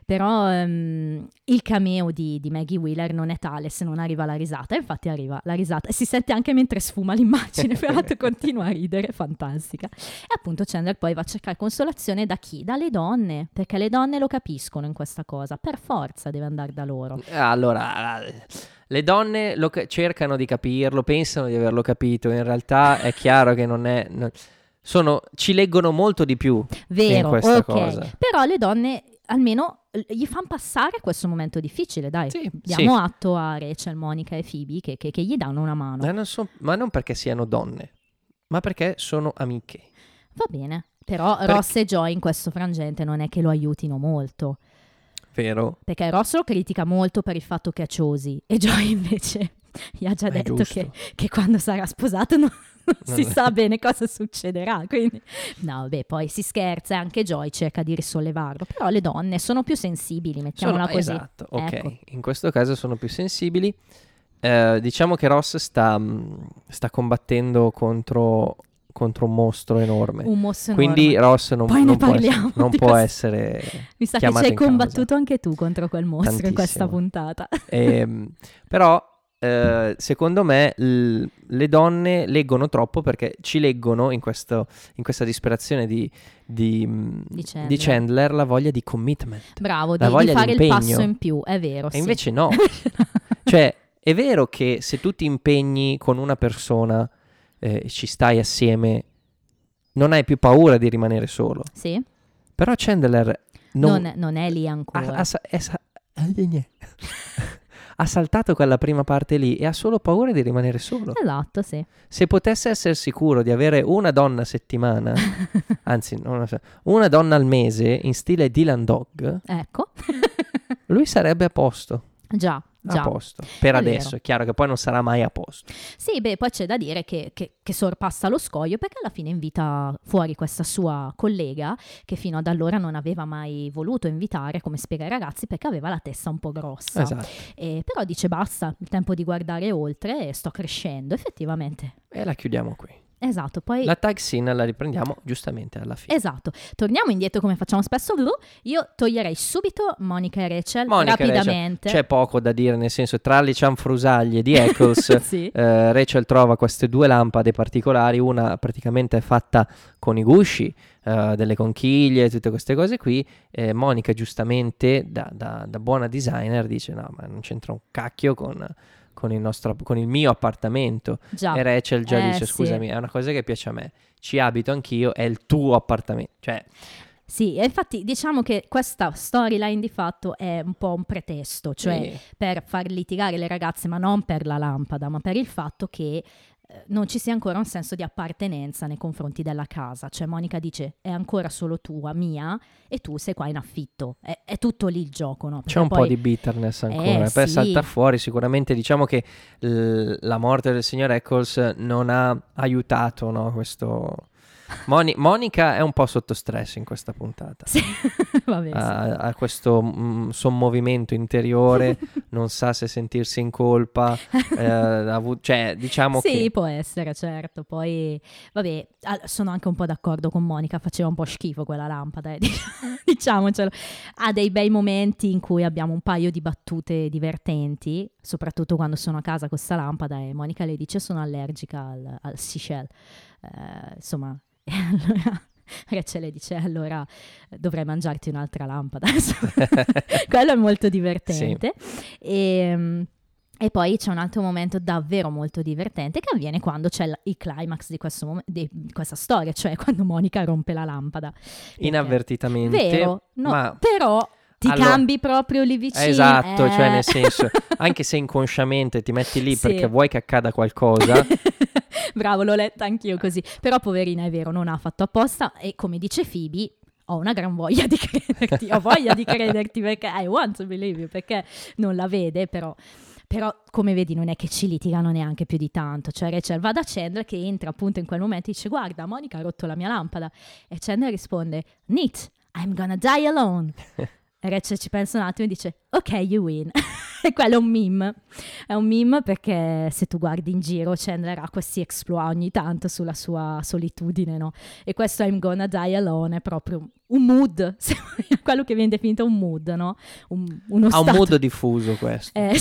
S2: Però um, il cameo di, di Maggie Wheeler non è tale se non arriva la risata, infatti arriva la risata e si sente anche mentre sfuma l'immagine, però continua a ridere, fantastica. E appunto Chandler poi va a cercare consolazione da chi? Dalle donne, perché le donne lo capiscono in questa cosa, per forza deve andare da loro.
S1: Allora, le donne lo ca- cercano di capirlo, pensano di averlo capito, in realtà è chiaro che non è... Non... Sono, ci leggono molto di più
S2: Vero,
S1: in questa
S2: ok.
S1: cosa.
S2: Però le donne almeno gli fanno passare questo momento difficile, dai.
S1: Sì,
S2: Diamo
S1: sì.
S2: atto a Rachel, Monica e Phoebe che, che, che gli danno una mano.
S1: Ma non, so, ma non perché siano donne, ma perché sono amiche.
S2: Va bene, però
S1: Perché...
S2: Ross e Joy in questo frangente non è che lo aiutino molto.
S1: Vero.
S2: Perché Ross lo critica molto per il fatto che è chosi e Joy invece gli ha già
S1: È
S2: detto
S1: giusto.
S2: che, che quando sarà sposato non, non si
S1: Non-
S2: sa bene cosa succederà, quindi no, beh, poi si scherza e anche Joy cerca di risollevarlo, però le donne sono più sensibili, mettiamola
S1: Sono,
S2: così.
S1: esatto, ok.
S2: Ecco.
S1: In questo caso sono più sensibili. Eh, diciamo che Ross sta, mh, sta combattendo contro, contro un mostro enorme.
S2: Un mostro enorme.
S1: Quindi Ross non,
S2: Poi ne
S1: non può,
S2: parliamo
S1: essere, non
S2: di
S1: può
S2: questo.
S1: essere
S2: Mi sa che
S1: chiamato
S2: ci hai
S1: in causa.
S2: combattuto anche tu contro quel mostro in questa
S1: Tantissimo.
S2: puntata.
S1: Ehm, però eh, secondo me l- le donne leggono troppo perché ci leggono in, questo, in questa disperazione di, di, mh,
S2: Di Chandler.
S1: di Chandler la voglia di commitment.
S2: Bravo,
S1: La
S2: di, di
S1: voglia
S2: fare il
S1: d'impegno.
S2: passo in più, è vero.
S1: E
S2: sì.
S1: invece no. Cioè, è vero che se tu ti impegni con una persona eh, e ci stai assieme, non hai più paura di rimanere solo.
S2: Sì?
S1: Però Chandler non,
S2: Non, non è lì
S1: ha,
S2: ancora.
S1: ha sa- è sa- ha saltato quella prima parte lì e ha solo paura di rimanere solo.
S2: Esatto, sì.
S1: Se potesse essere sicuro di avere una donna a settimana, anzi, non lo so, una donna al mese in stile Dylan Dog,
S2: Ecco.
S1: lui sarebbe a posto.
S2: Già, già.
S1: A posto. Per
S2: È
S1: adesso,
S2: vero.
S1: è chiaro che poi non sarà mai a posto.
S2: Sì, beh, poi c'è da dire che, che- che sorpassa lo scoglio perché alla fine invita fuori questa sua collega che fino ad allora non aveva mai voluto invitare, come spiega ai ragazzi, perché aveva la testa un po' grossa.
S1: Esatto.
S2: E però dice basta, il tempo di guardare oltre e sto crescendo, effettivamente.
S1: E la chiudiamo qui.
S2: Esatto, poi...
S1: La tag scene la riprendiamo giustamente alla fine.
S2: Esatto, torniamo indietro come facciamo spesso. Io toglierei subito Monica e Rachel
S1: Monica e Rachel,
S2: rapidamente.
S1: c'è poco da dire, nel senso, tra le cianfrusaglie di Eccles,
S2: Sì.
S1: eh, Rachel trova queste due lampade particolari, una praticamente fatta con i gusci, eh, delle conchiglie, tutte queste cose qui. Eh, Monica giustamente, da, da- da buona designer, dice no, ma non c'entra un cacchio con, con il, nostro, con il mio appartamento.
S2: Già.
S1: E Rachel già
S2: Eh,
S1: dice
S2: sì.
S1: scusami, è una cosa che piace a me, ci abito anch'io, è il tuo appartamento. Cioè,
S2: Sì, e infatti diciamo che questa storyline di fatto è un po' un pretesto, cioè
S1: sì.
S2: per far litigare le ragazze, ma non per la lampada, ma per il fatto che eh, non ci sia ancora un senso di appartenenza nei confronti della casa. Cioè Monica dice è ancora solo tua, mia, e tu sei qua in affitto. È, è tutto lì il gioco, no?
S1: C'è
S2: Perché
S1: un
S2: poi-
S1: po' di bitterness ancora,
S2: Eh,
S1: per
S2: sì.
S1: saltar fuori sicuramente diciamo che l- la morte del signor Eccles non ha aiutato, no, questo... Moni- Monica è un po' sotto stress in questa puntata,
S2: Sì, vabbè, sì.
S1: ha, ha questo mm, sommovimento interiore, non sa se sentirsi in colpa, eh, ha avu- cioè diciamo
S2: Sì,
S1: che...
S2: può essere, certo. Poi, vabbè, ah, sono anche un po' d'accordo con Monica, faceva un po' schifo quella lampada, eh, diciamocelo. Ha dei bei momenti in cui abbiamo un paio di battute divertenti, soprattutto quando sono a casa con questa lampada e Monica le dice sono allergica al, al seashell. Eh, insomma, e allora... Rachel le dice allora dovrei mangiarti un'altra lampada. Quello è molto divertente. E, e poi c'è un altro momento davvero molto divertente che avviene quando c'è l- il climax di, questo mom- di questa storia, cioè quando Monica rompe la lampada. Perché-
S1: Inavvertitamente,
S2: Vero, no,
S1: ma...
S2: però ti
S1: Allora-
S2: cambi proprio lì vicino.
S1: Esatto,
S2: eh.
S1: cioè nel senso, anche se inconsciamente ti metti lì
S2: Sì.
S1: perché vuoi che accada qualcosa,
S2: Bravo, l'ho letta anch'io così. Però poverina, è vero, non ha fatto apposta e come dice Phoebe, ho una gran voglia di crederti, ho voglia di crederti perché I want to believe you, perché non la vede, però... Però, come vedi, non è che ci litigano neanche più di tanto. Cioè, Rachel va da Chandler che entra appunto in quel momento e dice guarda, Monica ha rotto la mia lampada. E Chandler risponde neat, I'm gonna die alone. E Rachel ci pensa un attimo e dice ok, you win. E quello è un meme, è un meme perché se tu guardi in giro Chandler ha questi exploit ogni tanto sulla sua solitudine, no? E questo I'm Gonna Die Alone è proprio un mood, quello che viene definito un mood, no? Un, uno
S1: ha
S2: stato.
S1: un mood diffuso questo.
S2: Eh,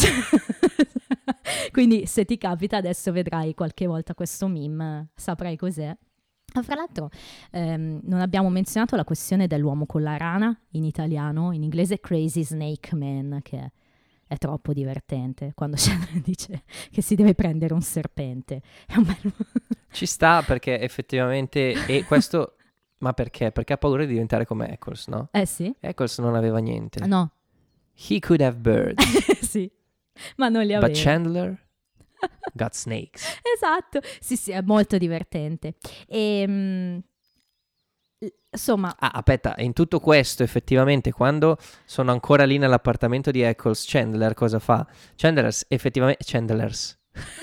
S2: quindi se ti capita adesso vedrai qualche volta questo meme, saprai cos'è. Ma fra l'altro ehm, non abbiamo menzionato la questione dell'uomo con la rana in italiano, in inglese Crazy Snake Man, che è troppo divertente quando Chandler dice che si deve prendere un serpente. È un bel...
S1: Ci sta perché effettivamente, e questo, ma perché? Perché ha paura di diventare come Eccles, no?
S2: Eh sì?
S1: Eccles non aveva niente.
S2: No.
S1: He could have birds.
S2: Sì, ma non li aveva.
S1: But Chandler got snakes.
S2: Esatto, sì sì, è molto divertente. E, mh, insomma...
S1: Ah, aspetta, in tutto questo effettivamente quando sono ancora lì nell'appartamento di Eccles, Chandler cosa fa? Chandler effettivamente... Chandlers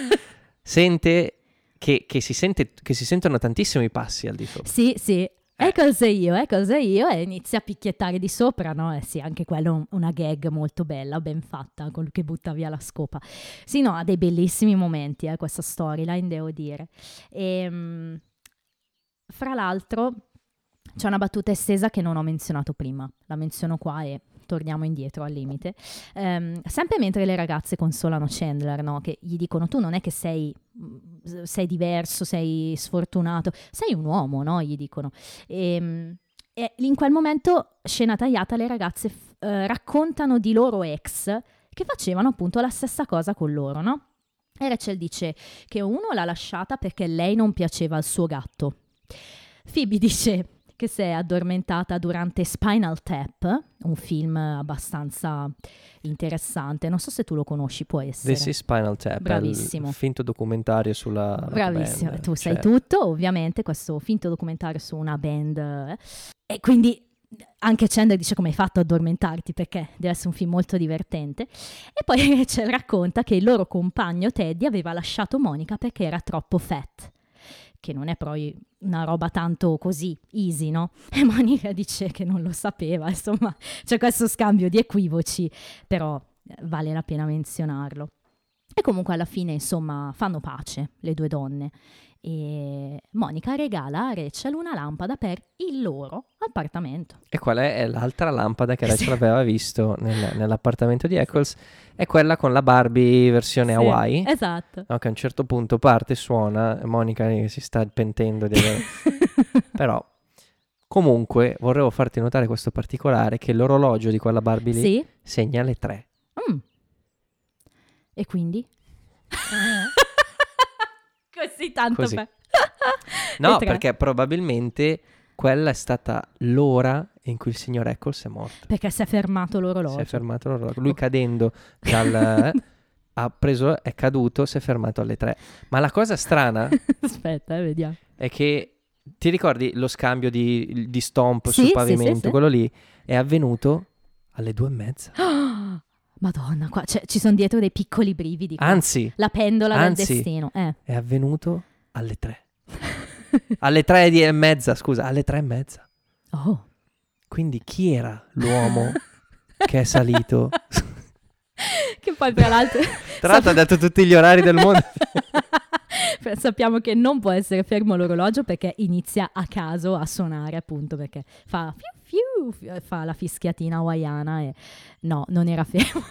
S1: sente che, che, si sente che si sentono tantissimi passi al di sopra.
S2: Sì, sì. È cosa io, è cosa io, e inizia a picchiettare di sopra, no? Eh sì, anche quello un, una gag molto bella, ben fatta, col che butta via la scopa. Sì, no, ha dei bellissimi momenti, eh, questa storyline, devo dire. E, mh, fra l'altro, c'è una battuta estesa che non ho menzionato prima, la menziono qua e torniamo indietro al limite. Um, sempre mentre le ragazze consolano Chandler, no? Che gli dicono tu non è che sei, sei diverso, sei sfortunato, sei un uomo, no? Gli dicono. E, e in quel momento, scena tagliata, le ragazze f- uh, raccontano di loro ex che facevano appunto la stessa cosa con loro, no? E Rachel dice che uno l'ha lasciata perché lei non piaceva al suo gatto. Phoebe dice che si è addormentata durante Spinal Tap, un film abbastanza interessante. Non so se tu lo conosci, può essere.
S1: This is Spinal Tap,
S2: bravissimo.
S1: È il finto documentario sulla
S2: Bravissimo,
S1: band.
S2: tu sai
S1: Cioè...
S2: tutto, ovviamente, questo finto documentario su una band. Eh. E quindi anche Chandler dice come hai fatto ad addormentarti, perché deve essere un film molto divertente. E poi ci racconta che il loro compagno Teddy aveva lasciato Monica perché era troppo fat, che non è poi una roba tanto così easy, no? E Monica dice che non lo sapeva, insomma, c'è questo scambio di equivoci, però vale la pena menzionarlo. E comunque alla fine, insomma, fanno pace le due donne e Monica regala a Rachel una lampada per il loro appartamento.
S1: E qual è? È l'altra lampada che Rachel aveva visto nel, nell'appartamento di Eccles, è quella con la Barbie versione
S2: Sì,
S1: Hawaii.
S2: Esatto.
S1: No, che a un certo punto parte, suona, Monica si sta pentendo di avere... Però, comunque, vorrei farti notare questo particolare, che l'orologio di quella Barbie lì
S2: Sì?
S1: segna le tre.
S2: Mm. E quindi? Così tanto
S1: Così.
S2: per...
S1: No,
S2: Le tre.
S1: perché probabilmente quella è stata l'ora in cui il signor Eccles è morto.
S2: Perché si è fermato l'orologio.
S1: Si è fermato l'orologio. Lui cadendo dal... ha preso, è caduto, si è fermato alle tre. Ma la cosa strana
S2: Aspetta, eh, vediamo.
S1: è che ti ricordi lo scambio di, di stomp
S2: Sì,
S1: sul
S2: sì,
S1: pavimento?
S2: sì, sì.
S1: Quello lì è avvenuto alle due e mezza.
S2: Madonna, qua cioè, ci sono dietro dei piccoli brividi. Qua.
S1: Anzi,
S2: La pendola
S1: anzi,
S2: del destino. Eh.
S1: è avvenuto alle tre. Alle tre e mezza, scusa, alle tre e mezza.
S2: Oh.
S1: Quindi chi era l'uomo che è salito?
S2: Che poi tra l'altro...
S1: Tra l'altro ha dato tutti gli orari del mondo.
S2: Sappiamo che non può essere fermo l'orologio perché inizia a caso a suonare, appunto, perché fa fiu fiu, fa la fischiatina hawaiana e no, non era fermo.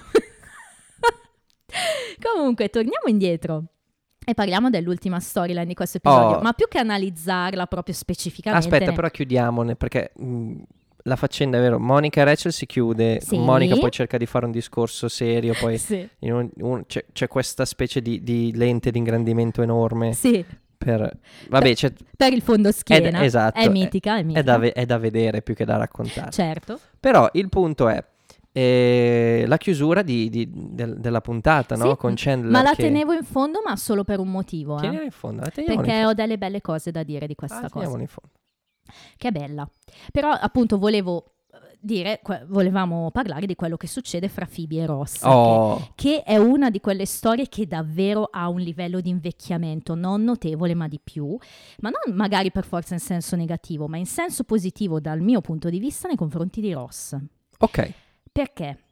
S2: Comunque, torniamo indietro e parliamo dell'ultima storyline di questo episodio,
S1: Oh.
S2: ma più che analizzarla proprio specificamente...
S1: Aspetta,
S2: ne-
S1: però chiudiamone perché mh, la faccenda è vero. Monica e Rachel si chiude.
S2: Sì.
S1: Monica poi cerca di fare un discorso serio. Poi
S2: Sì,
S1: in un- un- c'è, c'è questa specie di, di lente di ingrandimento enorme.
S2: sì,
S1: Per, vabbè, c'è,
S2: per il fondoschiena.
S1: È- esatto,
S2: È mitica, è mitica.
S1: è, da ve- è da vedere più che da raccontare.
S2: Certo.
S1: Però il punto è eh, la chiusura di- di- del- della puntata, no?
S2: Sì,
S1: Con Chandler.
S2: ma la
S1: che...
S2: tenevo in fondo, ma solo per un motivo. Eh.
S1: Tieniamola in fondo. la teniamola
S2: Perché
S1: in
S2: ho delle belle cose da dire di
S1: fondo.
S2: questa
S1: Ah,
S2: cosa.
S1: teniamola in fondo.
S2: Che è bella. Però appunto volevo eh, dire, que- volevamo parlare di quello che succede fra Phoebe e Ross.
S1: Oh,
S2: Che, che è una di quelle storie che davvero ha un livello di invecchiamento non notevole, ma di più. Ma non magari per forza in senso negativo, ma in senso positivo dal mio punto di vista nei confronti di Ross.
S1: ok.
S2: Perché?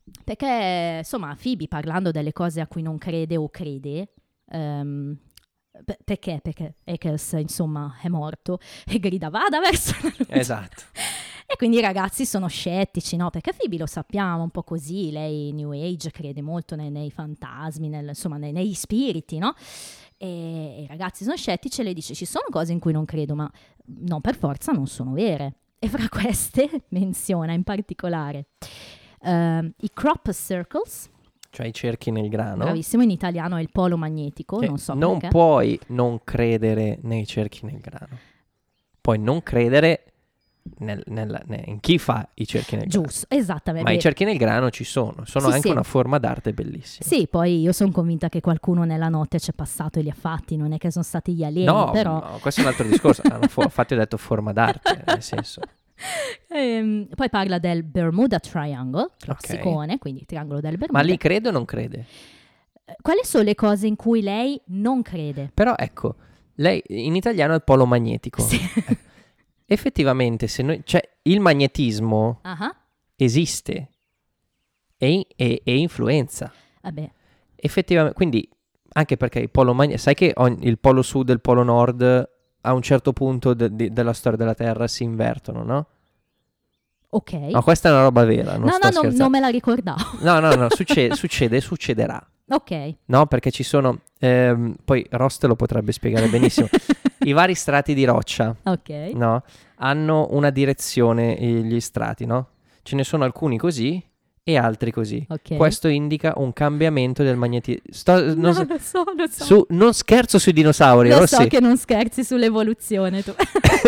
S2: Perché, insomma, Phoebe, parlando delle cose a cui non crede o crede, um, p- perché? Perché Eccles, insomma, è morto e grida vada verso la luce.
S1: Esatto.
S2: E quindi i ragazzi sono scettici, no? Perché Phoebe, lo sappiamo, un po' così, lei New Age crede molto nei, nei fantasmi, nel, insomma, nei, negli spiriti, no? E i ragazzi sono scettici e lei dice ci sono cose in cui non credo, ma non per forza non sono vere. E fra queste menziona in particolare uh, i crop circles,
S1: cioè i cerchi nel grano.
S2: Bravissimo, in italiano è il polo magnetico,
S1: Che
S2: non so
S1: non
S2: perché.
S1: puoi non credere nei cerchi nel grano, puoi non credere nel, nel, nel, in chi fa i cerchi nel grano.
S2: Giusto, esattamente.
S1: Ma i cerchi nel grano ci sono, sono
S2: Sì,
S1: anche
S2: sì.
S1: una forma d'arte bellissima.
S2: Sì, poi io sono convinta che qualcuno nella notte c'è passato e li ha fatti, non è che sono stati gli alieni,
S1: No,
S2: però...
S1: no, questo è un altro discorso. Hanno fo- infatti ho detto forma d'arte, nel senso.
S2: Ehm, poi parla del Bermuda Triangle, classicone, quindi triangolo del Bermuda.
S1: Ma lì crede o non crede?
S2: Eh, Quali sono le cose in cui lei non crede?
S1: Però ecco, lei in italiano è il polo magnetico.
S2: Sì.
S1: Eh, effettivamente, se noi, cioè, il magnetismo
S2: Ah,
S1: esiste e, e, e influenza.
S2: vabbè.
S1: Effettivamente, quindi anche perché il polo magnetico, sai che ogni- il polo sud e il polo nord a un certo punto de- de- della storia della Terra si invertono, no?
S2: Ok.
S1: No, questa è una roba vera, non
S2: no,
S1: sto
S2: no, no,
S1: scherzando.
S2: non me la ricordavo.
S1: No, no, no, succede, succede e succederà.
S2: Ok.
S1: No, perché ci sono, ehm, poi Ross te lo potrebbe spiegare benissimo, i vari strati di roccia,
S2: Ok.
S1: no? Hanno una direzione eh, gli strati, no? Ce ne sono alcuni così e altri così.
S2: Ok.
S1: Questo indica un cambiamento del magnetismo. Sto, non,
S2: No,
S1: so-
S2: lo so, lo so.
S1: su- non scherzo sui dinosauri,
S2: Lo
S1: Rossi.
S2: so che non scherzi sull'evoluzione tu.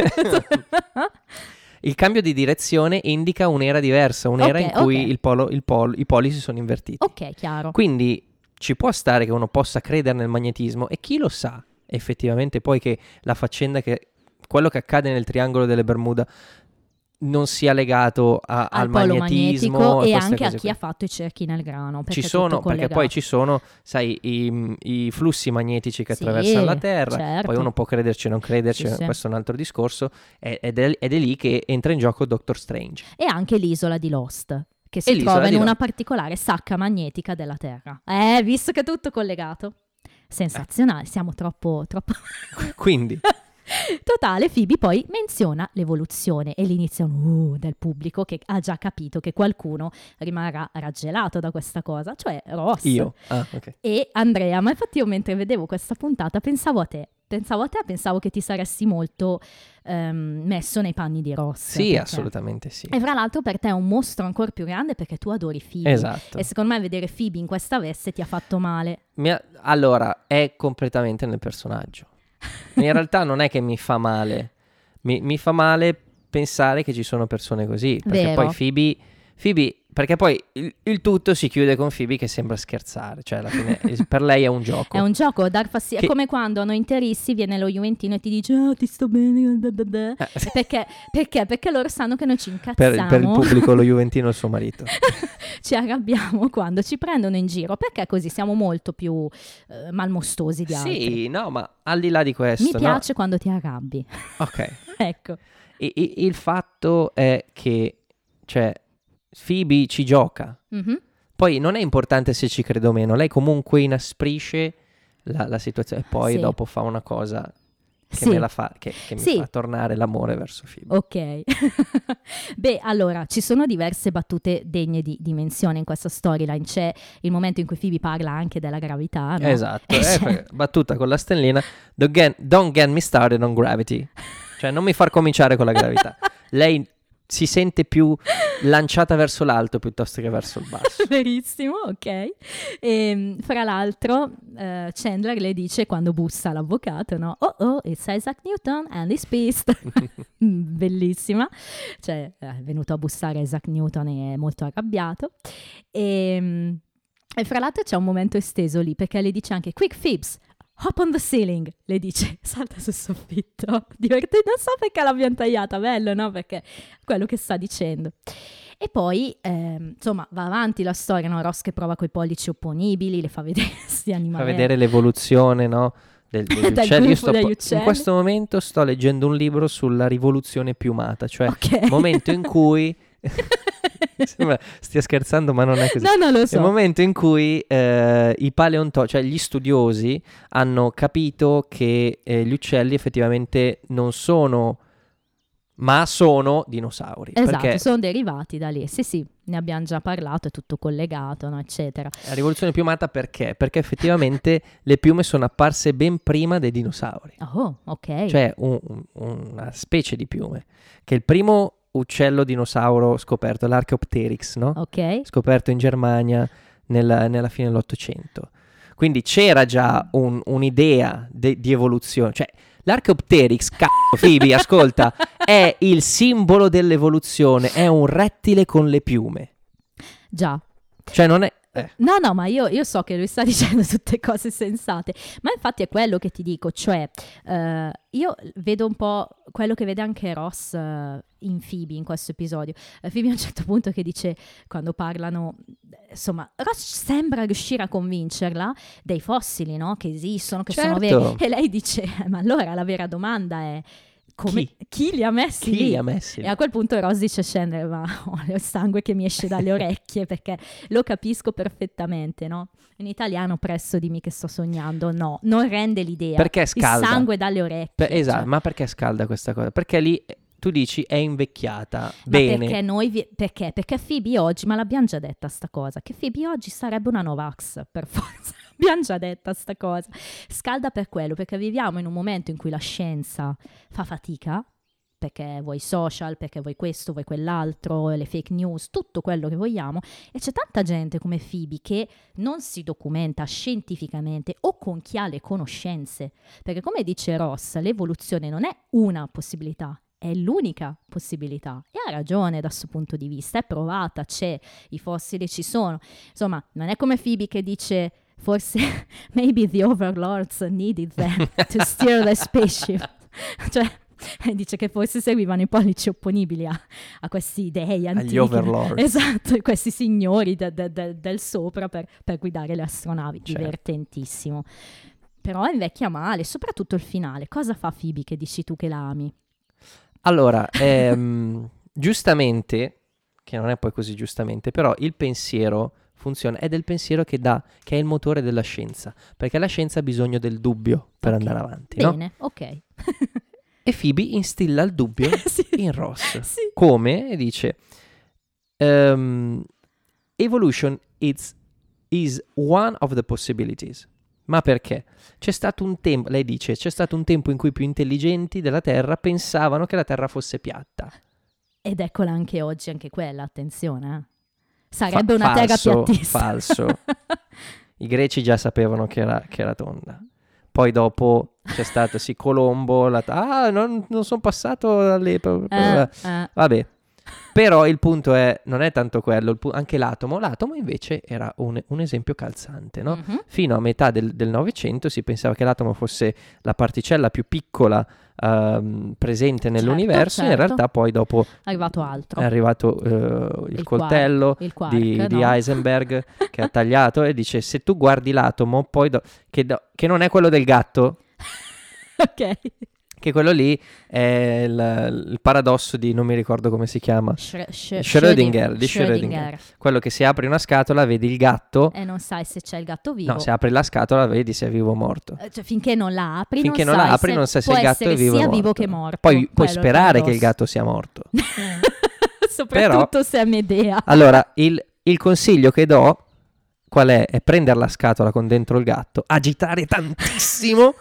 S1: Il cambio di direzione indica un'era diversa, un'era
S2: Ok,
S1: in cui
S2: ok.
S1: il polo, il polo- i poli si sono invertiti.
S2: Ok, chiaro.
S1: Quindi ci può stare che uno possa credere nel magnetismo e chi lo sa effettivamente poi che la faccenda, che quello che accade nel triangolo delle Bermuda non sia legato a- al,
S2: al polo
S1: magnetismo
S2: magnetico e
S1: queste
S2: anche a
S1: cose
S2: chi
S1: qui.
S2: ha fatto i cerchi nel grano. Perché
S1: Ci
S2: è tutto
S1: sono, perché poi
S2: collegato.
S1: ci sono, sai, i, i flussi magnetici che
S2: Sì,
S1: attraversano la Terra,
S2: certo.
S1: poi uno può crederci o non crederci,
S2: Sì, sì.
S1: questo è un altro discorso, e- ed è, ed è lì che entra in gioco Doctor Strange.
S2: E anche l'isola di Lost, che si
S1: E l'isola
S2: trova in
S1: di
S2: una
S1: Lost.
S2: particolare sacca magnetica della Terra. Eh, visto che è tutto collegato. Sensazionale, siamo troppo... troppo...
S1: Quindi,
S2: Totale, Phoebe poi menziona l'evoluzione e l'inizio uh, del pubblico che ha già capito che qualcuno rimarrà raggelato da questa cosa, cioè Ross
S1: io, ah, ok.
S2: e Andrea. Ma infatti io mentre vedevo questa puntata pensavo a te, pensavo a te, pensavo che ti saresti molto ehm, messo nei panni di Ross.
S1: Sì,
S2: perché-
S1: assolutamente sì.
S2: E fra l'altro per te è un mostro ancora più grande perché tu adori Phoebe.
S1: Esatto.
S2: E secondo me vedere Phoebe in questa veste ti ha fatto male.
S1: Mi ha- allora, è completamente nel personaggio. In realtà non è che mi fa male, mi, mi fa male pensare che ci sono persone così, perché
S2: Vero.
S1: poi Phoebe, Phoebe, perché poi il, il tutto si chiude con Phoebe che sembra scherzare, cioè alla fine per lei è un gioco.
S2: È un gioco, dar fastidio.
S1: Che-
S2: È come quando a noi interissi viene lo Juventino e ti dice oh, ti sto bene. da, da, da."
S1: Eh, sì.
S2: Perché? Perché? Perché loro sanno che noi ci
S1: per,
S2: incazziamo,
S1: per il pubblico lo Juventino e il suo marito.
S2: ci arrabbiamo quando ci prendono in giro. Perché così siamo molto più eh, malmostosi di altri.
S1: Sì, no, ma al di là di questo,
S2: Mi
S1: no?
S2: piace quando ti arrabbi.
S1: Ok.
S2: Ecco.
S1: I- i- il fatto è che, cioè, Phoebe ci gioca.
S2: Mhm.
S1: Poi non è importante se ci credo o meno, lei comunque inasprisce la, la situazione e poi
S2: Sì.
S1: dopo fa una cosa che
S2: Sì.
S1: me la fa, che, che mi
S2: Sì.
S1: fa tornare l'amore verso Phoebe.
S2: Ok. Beh, allora, ci sono diverse battute degne di, di menzione in questa storyline. C'è il momento in cui Phoebe parla anche della gravità, no?
S1: Esatto,
S2: E
S1: eh,
S2: c'è-
S1: perché- battuta con la stellina, don't get, don't get me started on gravity, cioè non mi far cominciare con la gravità. Lei si sente più lanciata verso l'alto piuttosto che verso il basso.
S2: Verissimo, ok. E, fra l'altro, eh, Chandler le dice quando bussa l'avvocato, no? Oh oh, it's Isaac Newton and he's pissed. Mm, Bellissima. Cioè, è venuto a bussare Isaac Newton e è molto arrabbiato. E, e fra l'altro c'è un momento esteso lì, perché le dice anche quick fibs. Hop on the ceiling, le dice, salta sul soffitto. Divertente, non so perché l'abbiamo tagliata, bello, no? Perché è quello che sta dicendo. E poi, ehm, insomma, va avanti la storia, no? Ross che prova coi pollici opponibili, le fa vedere questi animali.
S1: Fa vedere l'evoluzione, no? Del, degli
S2: Del
S1: uccelli. Io
S2: gruppo
S1: sto
S2: degli
S1: po-
S2: uccelli.
S1: in questo momento sto leggendo un libro sulla rivoluzione piumata, cioè
S2: Ok.
S1: momento in cui Sembra stia scherzando, ma non è così.
S2: No, no, lo so.
S1: È il momento in cui eh, i paleontologi, cioè gli studiosi, hanno capito che eh, gli uccelli effettivamente non sono, ma sono dinosauri.
S2: Esatto,
S1: Perché
S2: sono derivati da lì. Sì, sì, ne abbiamo già parlato, è tutto collegato, no, eccetera.
S1: la rivoluzione piumata perché? Perché effettivamente le piume sono apparse ben prima dei dinosauri.
S2: Oh, ok.
S1: Cioè un- un- una specie di piume, che è il primo uccello dinosauro scoperto, l'Archaeopteryx, no?
S2: Ok.
S1: Scoperto in Germania nella, nella fine dell'Ottocento. Quindi c'era già un- un'idea de- di evoluzione. Cioè, l'Archaeopteryx, cazzo, Phoebe, ascolta, è il simbolo dell'evoluzione, è un rettile con le piume.
S2: Già.
S1: Cioè, non è... eh.
S2: No, no, ma io, io so che lui sta dicendo tutte cose sensate, ma infatti è quello che ti dico, cioè eh, io vedo un po' quello che vede anche Ross eh, in Phoebe in questo episodio. Eh, Phoebe a un certo punto che dice, quando parlano, insomma, Ross sembra riuscire a convincerla dei fossili, no? Che esistono, che sono
S1: Certo.
S2: veri, e lei dice, eh, ma allora la vera domanda è... Come,
S1: Chi?
S2: chi li ha messi
S1: Chi
S2: lì?
S1: li ha messi?
S2: E a quel punto Ross dice scendere, ma ho il sangue che mi esce dalle orecchie, perché lo capisco perfettamente, no? In italiano presto dimmi che sto sognando, no, non rende l'idea.
S1: Perché scalda?
S2: Il sangue dalle orecchie.
S1: Per- esatto,
S2: cioè.
S1: ma perché scalda questa cosa? Perché lì eh, tu dici è invecchiata,
S2: Ma
S1: bene.
S2: perché noi, vi- perché? Perché Phoebe oggi, ma l'abbiamo già detta sta cosa, che Phoebe oggi sarebbe una Novax, per forza. L'abbiamo già detta sta cosa. Scalda per quello, perché viviamo in un momento in cui la scienza fa fatica, perché vuoi social, perché vuoi questo, vuoi quell'altro, le fake news, tutto quello che vogliamo, e c'è tanta gente come Phoebe che non si documenta scientificamente o con chi ha le conoscenze, perché come dice Ross, l'evoluzione non è una possibilità, è l'unica possibilità, e ha ragione da questo punto di vista, è provata, c'è, i fossili ci sono, insomma non è come Phoebe che dice forse maybe the overlords needed them to steer the spaceship, cioè dice che forse seguivano i pollici opponibili a, a questi dei antichi.
S1: Agli overlords.
S2: Esatto, questi signori de, de, de, del sopra per, per guidare le astronavi.
S1: Certo.
S2: Divertentissimo. Però invecchia male, soprattutto il finale. Cosa fa Phoebe che dici tu che la ami?
S1: Allora, ehm, giustamente, che non è poi così giustamente, però il pensiero funziona, è del pensiero che dà, che è il motore della scienza, perché la scienza ha bisogno del dubbio per
S2: Ok.
S1: andare avanti, no?
S2: Bene, ok.
S1: E Phoebe instilla il dubbio
S2: Sì.
S1: in Ross.
S2: Sì.
S1: Come? E dice, ehm, evolution is, is one of the possibilities. Ma perché? C'è stato un tempo, lei dice, c'è stato un tempo in cui i più intelligenti della Terra pensavano che la Terra fosse piatta.
S2: Ed eccola anche oggi, anche quella, attenzione. Eh. Sarebbe
S1: Fa-
S2: una terra
S1: falso,
S2: piattista.
S1: falso. I greci già sapevano che era, che era tonda. Poi dopo c'è stato sì Colombo, la, ah non, non sono passato all'epoca.
S2: Eh, eh.
S1: Vabbè, però il punto è, non è tanto quello, il pu- anche l'atomo, l'atomo invece era un, un esempio calzante, no?
S2: Mhm.
S1: Fino a metà del, del Novecento si pensava che l'atomo fosse la particella più piccola ehm, presente nell'universo, in
S2: certo.
S1: realtà poi dopo
S2: È arrivato altro.
S1: è arrivato eh, il,
S2: Il
S1: coltello
S2: quark, il quark,
S1: di, di
S2: no?
S1: Heisenberg che ha tagliato e dice se tu guardi l'atomo poi do- che, do- che non è quello del gatto,
S2: Ok.
S1: che quello lì è il, il paradosso di non mi ricordo come si chiama,
S2: Schr- Schr-
S1: Schrödinger, di
S2: Schrödinger.
S1: Schrödinger. Quello che se apri una scatola vedi il gatto,
S2: E non sai se c'è il gatto vivo.
S1: no, se apri la scatola vedi se è vivo o morto.
S2: Eh, Cioè, finché non la apri,
S1: Finché non
S2: sai
S1: la apri
S2: se
S1: non sai se
S2: può
S1: il gatto è
S2: essere
S1: vivo o
S2: sia
S1: morto.
S2: vivo che morto.
S1: Poi puoi
S2: Quello è il
S1: sperare che il
S2: paradosso.
S1: gatto sia morto.
S2: Soprattutto se è Medea.
S1: Allora, il, il consiglio che do, qual è? È prendere la scatola con dentro il gatto, agitare tantissimo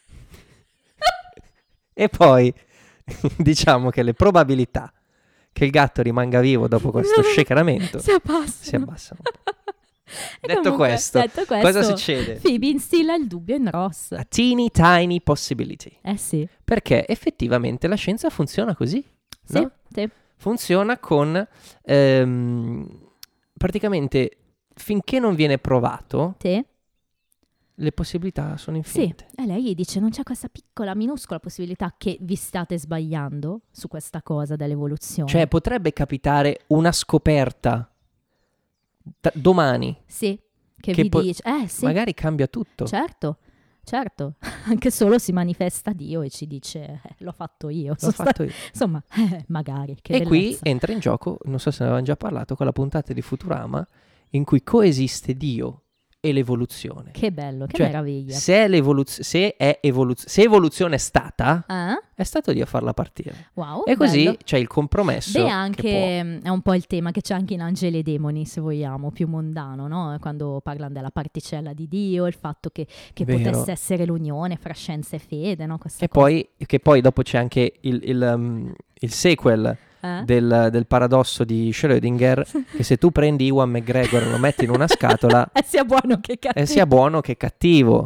S1: e poi diciamo che le probabilità che il gatto rimanga vivo dopo questo shakeramento
S2: si abbassano.
S1: si abbassano un po'.
S2: E
S1: Detto
S2: comunque,
S1: questo,
S2: detto questo,
S1: cosa succede?
S2: Phoebe instilla il dubbio in Ross.
S1: A teeny tiny possibility.
S2: Eh sì,
S1: Perché effettivamente la scienza funziona così.
S2: sì,
S1: No?
S2: sì.
S1: Funziona con ehm, praticamente finché non viene provato
S2: Sì.
S1: le possibilità sono
S2: Sì,
S1: infinite.
S2: e lei gli dice non c'è questa piccola, minuscola possibilità che vi state sbagliando su questa cosa dell'evoluzione.
S1: Cioè potrebbe capitare una scoperta t- domani
S2: Sì, che,
S1: che
S2: vi
S1: po-
S2: dice... Eh sì,
S1: magari cambia tutto.
S2: certo. certo, anche solo si manifesta Dio e ci dice eh, l'ho fatto io.
S1: L'ho
S2: Sono
S1: fatto io.
S2: sta- Insomma, eh, magari. Che
S1: E qui
S2: bellezza.
S1: entra in gioco, non so se ne avevamo già parlato, quella puntata di Futurama in cui coesiste Dio e l'evoluzione.
S2: Che bello, che
S1: Cioè,
S2: meraviglia.
S1: Se è, l'evoluz- se è evoluz- se evoluzione è stata,
S2: Ah,
S1: è stato Dio a farla partire.
S2: wow,
S1: E così
S2: bello.
S1: c'è il compromesso.
S2: Beh,
S1: che
S2: anche mm, è un po' il tema che c'è anche in Angeli e Demoni, se vogliamo, più mondano, no? Quando parlano della particella di Dio, il fatto che, che
S1: Vero.
S2: potesse essere l'unione fra scienza e fede, no? Questa
S1: E
S2: cosa.
S1: poi, che poi dopo c'è anche il, il, um, il sequel
S2: Eh?
S1: del, del paradosso di Schrödinger, che se tu prendi Ewan McGregor e lo metti in una scatola,
S2: Eh, sia buono che cattivo.
S1: e sia buono che cattivo.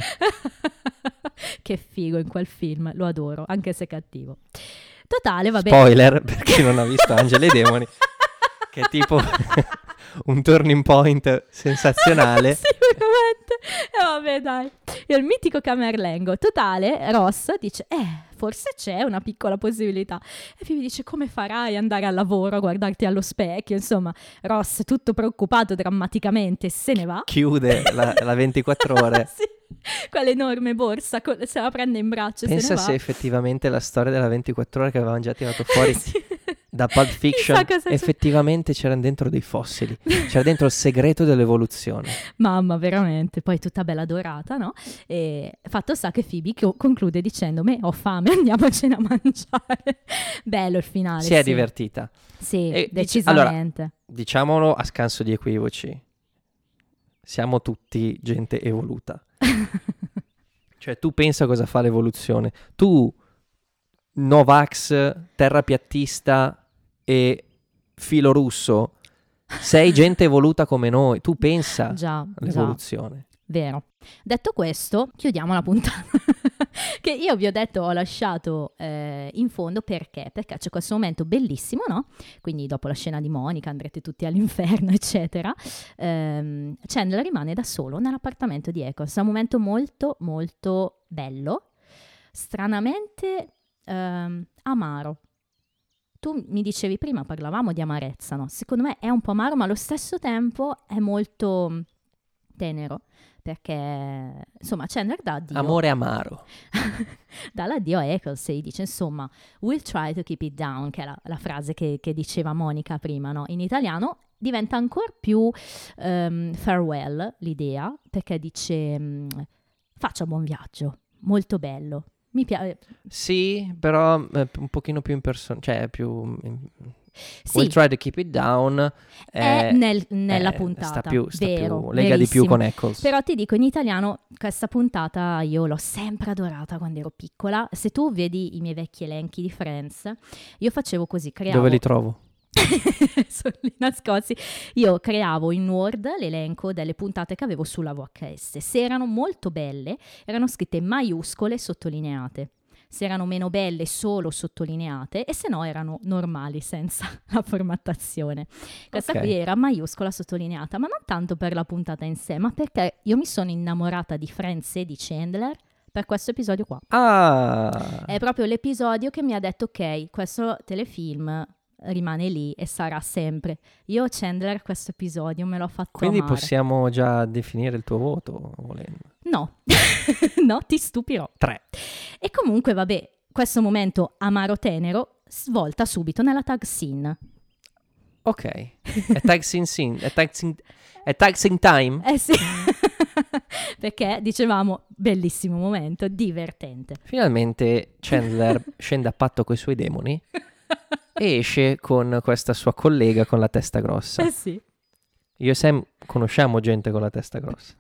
S2: Che figo in quel film, lo adoro, anche se cattivo. Totale, vabbè.
S1: Spoiler, per chi non ha visto Angeli e Demoni, che è tipo un turning point sensazionale.
S2: Sì, veramente. E vabbè, dai. Il mitico Camerlengo. Totale, Ross dice, eh, forse c'è una piccola possibilità. E Phoebe dice, come farai ad andare al lavoro a guardarti allo specchio? Insomma, Ross, tutto preoccupato drammaticamente, se ne va.
S1: Chiude la, la ventiquattro ore.
S2: Sì, quell'enorme borsa, co- se la prende in braccio e
S1: Pensa
S2: se ne va.
S1: se effettivamente la storia della ventiquattro ore che avevamo già tirato fuori
S2: Sì.
S1: da Pulp Fiction,
S2: Chissà cosa c'è.
S1: effettivamente c'erano dentro dei fossili, c'era dentro il segreto dell'evoluzione.
S2: Mamma, veramente, poi tutta bella dorata, no? E fatto sta che Phoebe co- conclude dicendo, me ho fame, andiamocene a mangiare. Bello il finale.
S1: Si è
S2: sì.
S1: divertita.
S2: Sì,
S1: E dic-
S2: decisamente.
S1: Diciamolo a scanso di equivoci, siamo tutti gente evoluta. Cioè tu pensa cosa fa l'evoluzione. Tu, Novax, terrapiattista e filo russo, sei gente evoluta come noi. Tu pensa
S2: Già, già,
S1: all'evoluzione.
S2: vero. Detto questo, chiudiamo la puntata. Che io vi ho detto ho lasciato eh, in fondo perché? Perché c'è questo momento bellissimo, no? Quindi dopo la scena di Monica andrete tutti all'inferno, eccetera. Ehm, Chandler rimane da solo nell'appartamento di Eccles. È un momento molto, molto bello, stranamente ehm, amaro. Tu mi dicevi prima, parlavamo di amarezza, no? Secondo me è un po' amaro, ma allo stesso tempo è molto tenero. Perché, insomma, Chandler dà addio.
S1: Amore amaro.
S2: dà l'addio a Eccles e gli dice, insomma, we'll try to keep it down, che è la, la frase che, che diceva Monica prima, no? In italiano diventa ancora più um, farewell l'idea, perché dice, um, faccia buon viaggio, molto bello. Mi piace.
S1: Sì, però eh, un pochino più in persona, cioè più...
S2: Sì,
S1: We'll try to keep it down.
S2: è
S1: eh,
S2: nel- nella
S1: eh,
S2: puntata.
S1: Sta più, sta
S2: vero,
S1: più, lega di più
S2: verissimo.
S1: con Eccles.
S2: Però ti dico, in italiano questa puntata io l'ho sempre adorata quando ero piccola. Se tu vedi i miei vecchi elenchi di Friends, io facevo così, creavo...
S1: Dove li trovo?
S2: Sono lì nascosti. Io creavo in Word l'elenco delle puntate che avevo sulla V H S. Se erano molto belle, erano scritte in maiuscole sottolineate. Se erano meno belle, solo sottolineate, e se no erano normali, senza la formattazione. Questa
S1: Ok.
S2: qui era maiuscola sottolineata, ma non tanto per la puntata in sé, ma perché io mi sono innamorata di Friends e di Chandler per questo episodio qua.
S1: Ah,
S2: È proprio l'episodio che mi ha detto, ok, questo telefilm rimane lì e sarà sempre. Io Chandler questo episodio me l'ho fatto
S1: quindi
S2: amare.
S1: possiamo già definire il tuo voto, volendo.
S2: No, no, ti stupirò.
S1: Tre.
S2: E comunque, vabbè, questo momento amaro-tenero svolta subito nella tag scene.
S1: Ok. È tag scene scene. È tag scene, è tag scene time.
S2: Eh sì, perché dicevamo, bellissimo momento, divertente.
S1: Finalmente Chandler scende a patto coi suoi demoni e esce con questa sua collega con la testa grossa.
S2: Eh sì.
S1: Io e Sam conosciamo gente con la testa grossa.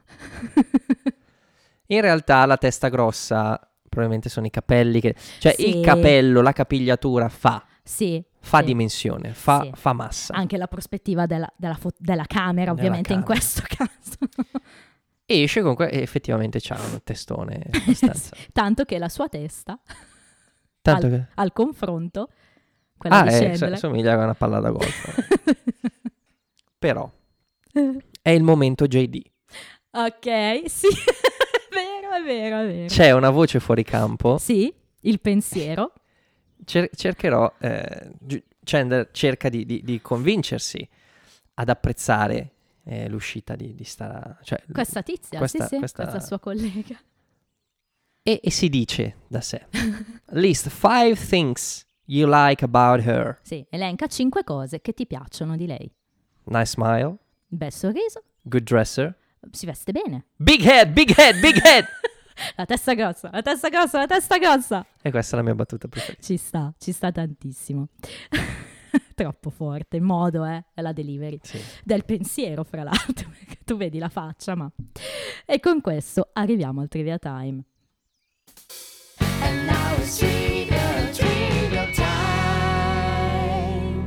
S1: In realtà la testa grossa probabilmente sono i capelli che... Cioè
S2: Sì.
S1: il capello, la capigliatura fa,
S2: Sì.
S1: fa
S2: sì.
S1: dimensione, fa,
S2: Sì.
S1: fa massa.
S2: Anche la prospettiva della, della, fo- della camera,
S1: Della
S2: ovviamente, in
S1: camera.
S2: questo caso.
S1: E esce con que- e effettivamente c'ha un testone abbastanza.
S2: Tanto che la sua testa,
S1: Tanto
S2: al,
S1: che...
S2: al confronto, quella
S1: Ah,
S2: di
S1: eh,
S2: Chandler.
S1: so- somiglia a una palla da golf. Però è il momento J D.
S2: Ok, sì, è vero, è vero, è vero.
S1: C'è una voce fuori campo.
S2: Sì, il pensiero.
S1: Cer- cercherò... eh, Gi- Chandler cerca di, di- di convincersi ad apprezzare eh, l'uscita di, di sta... Cioè,
S2: Questa tizia,
S1: questa-
S2: sì, sì,
S1: questa-
S2: questa sua collega.
S1: E, e si dice da sé. List five things you like about her.
S2: Sì, elenca cinque cose che ti piacciono di lei.
S1: Nice smile.
S2: Bel sorriso.
S1: Good dresser.
S2: Si veste bene.
S1: Big head, big head, big head.
S2: La testa grossa, la testa grossa, la testa grossa.
S1: E questa è la mia battuta preferita.
S2: Ci sta, ci sta tantissimo. Troppo forte, il modo, eh, è la delivery.
S1: Sì.
S2: Del pensiero, fra l'altro, perché tu vedi la faccia, ma... E con questo arriviamo al trivia time.
S3: And now it's trivia, trivia time.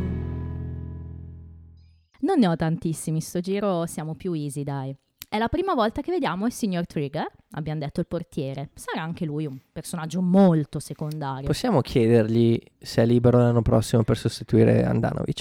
S2: Non ne ho tantissimi, sto giro siamo più easy, dai. È la prima volta che vediamo il signor Trigger, abbiamo detto il portiere. Sarà anche lui un personaggio molto secondario.
S1: Possiamo chiedergli se è libero l'anno prossimo per sostituire Andanovic?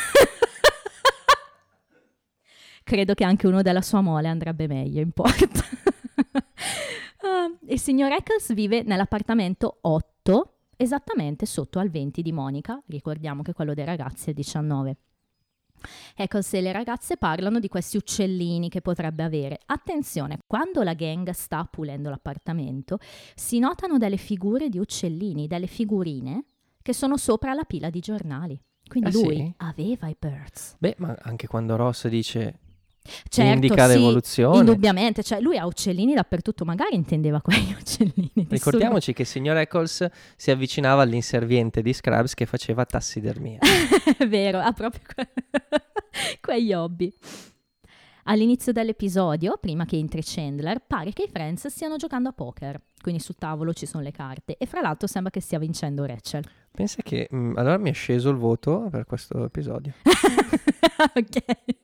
S2: Credo che anche uno della sua mole andrebbe meglio in porta. uh, il signor Eccles vive nell'appartamento otto, esattamente sotto al venti di Monica. Ricordiamo che quello dei ragazzi è il diciannove. Eccles e le ragazze parlano di questi uccellini che potrebbe avere. Attenzione, quando la gang sta pulendo l'appartamento, si notano delle figure di uccellini, delle figurine che sono sopra la pila di giornali. Quindi
S1: Ah,
S2: lui
S1: sì?
S2: aveva i birds.
S1: Beh, ma anche quando Ross dice
S2: Certo,
S1: indica
S2: sì,
S1: l'evoluzione.
S2: indubbiamente, cioè lui ha uccellini dappertutto, magari intendeva quegli uccellini. di
S1: Ricordiamoci che il signor Eccles si avvicinava all'inserviente di Scrubs che faceva tassidermia.
S2: Sul- È vero, ha proprio que- quegli hobby. All'inizio dell'episodio, prima che entri Chandler, pare che i Friends stiano giocando a poker. Quindi sul tavolo ci sono le carte e fra l'altro sembra che stia vincendo Rachel.
S1: Pensa che mh, allora mi è sceso il voto per questo episodio.
S2: Ok.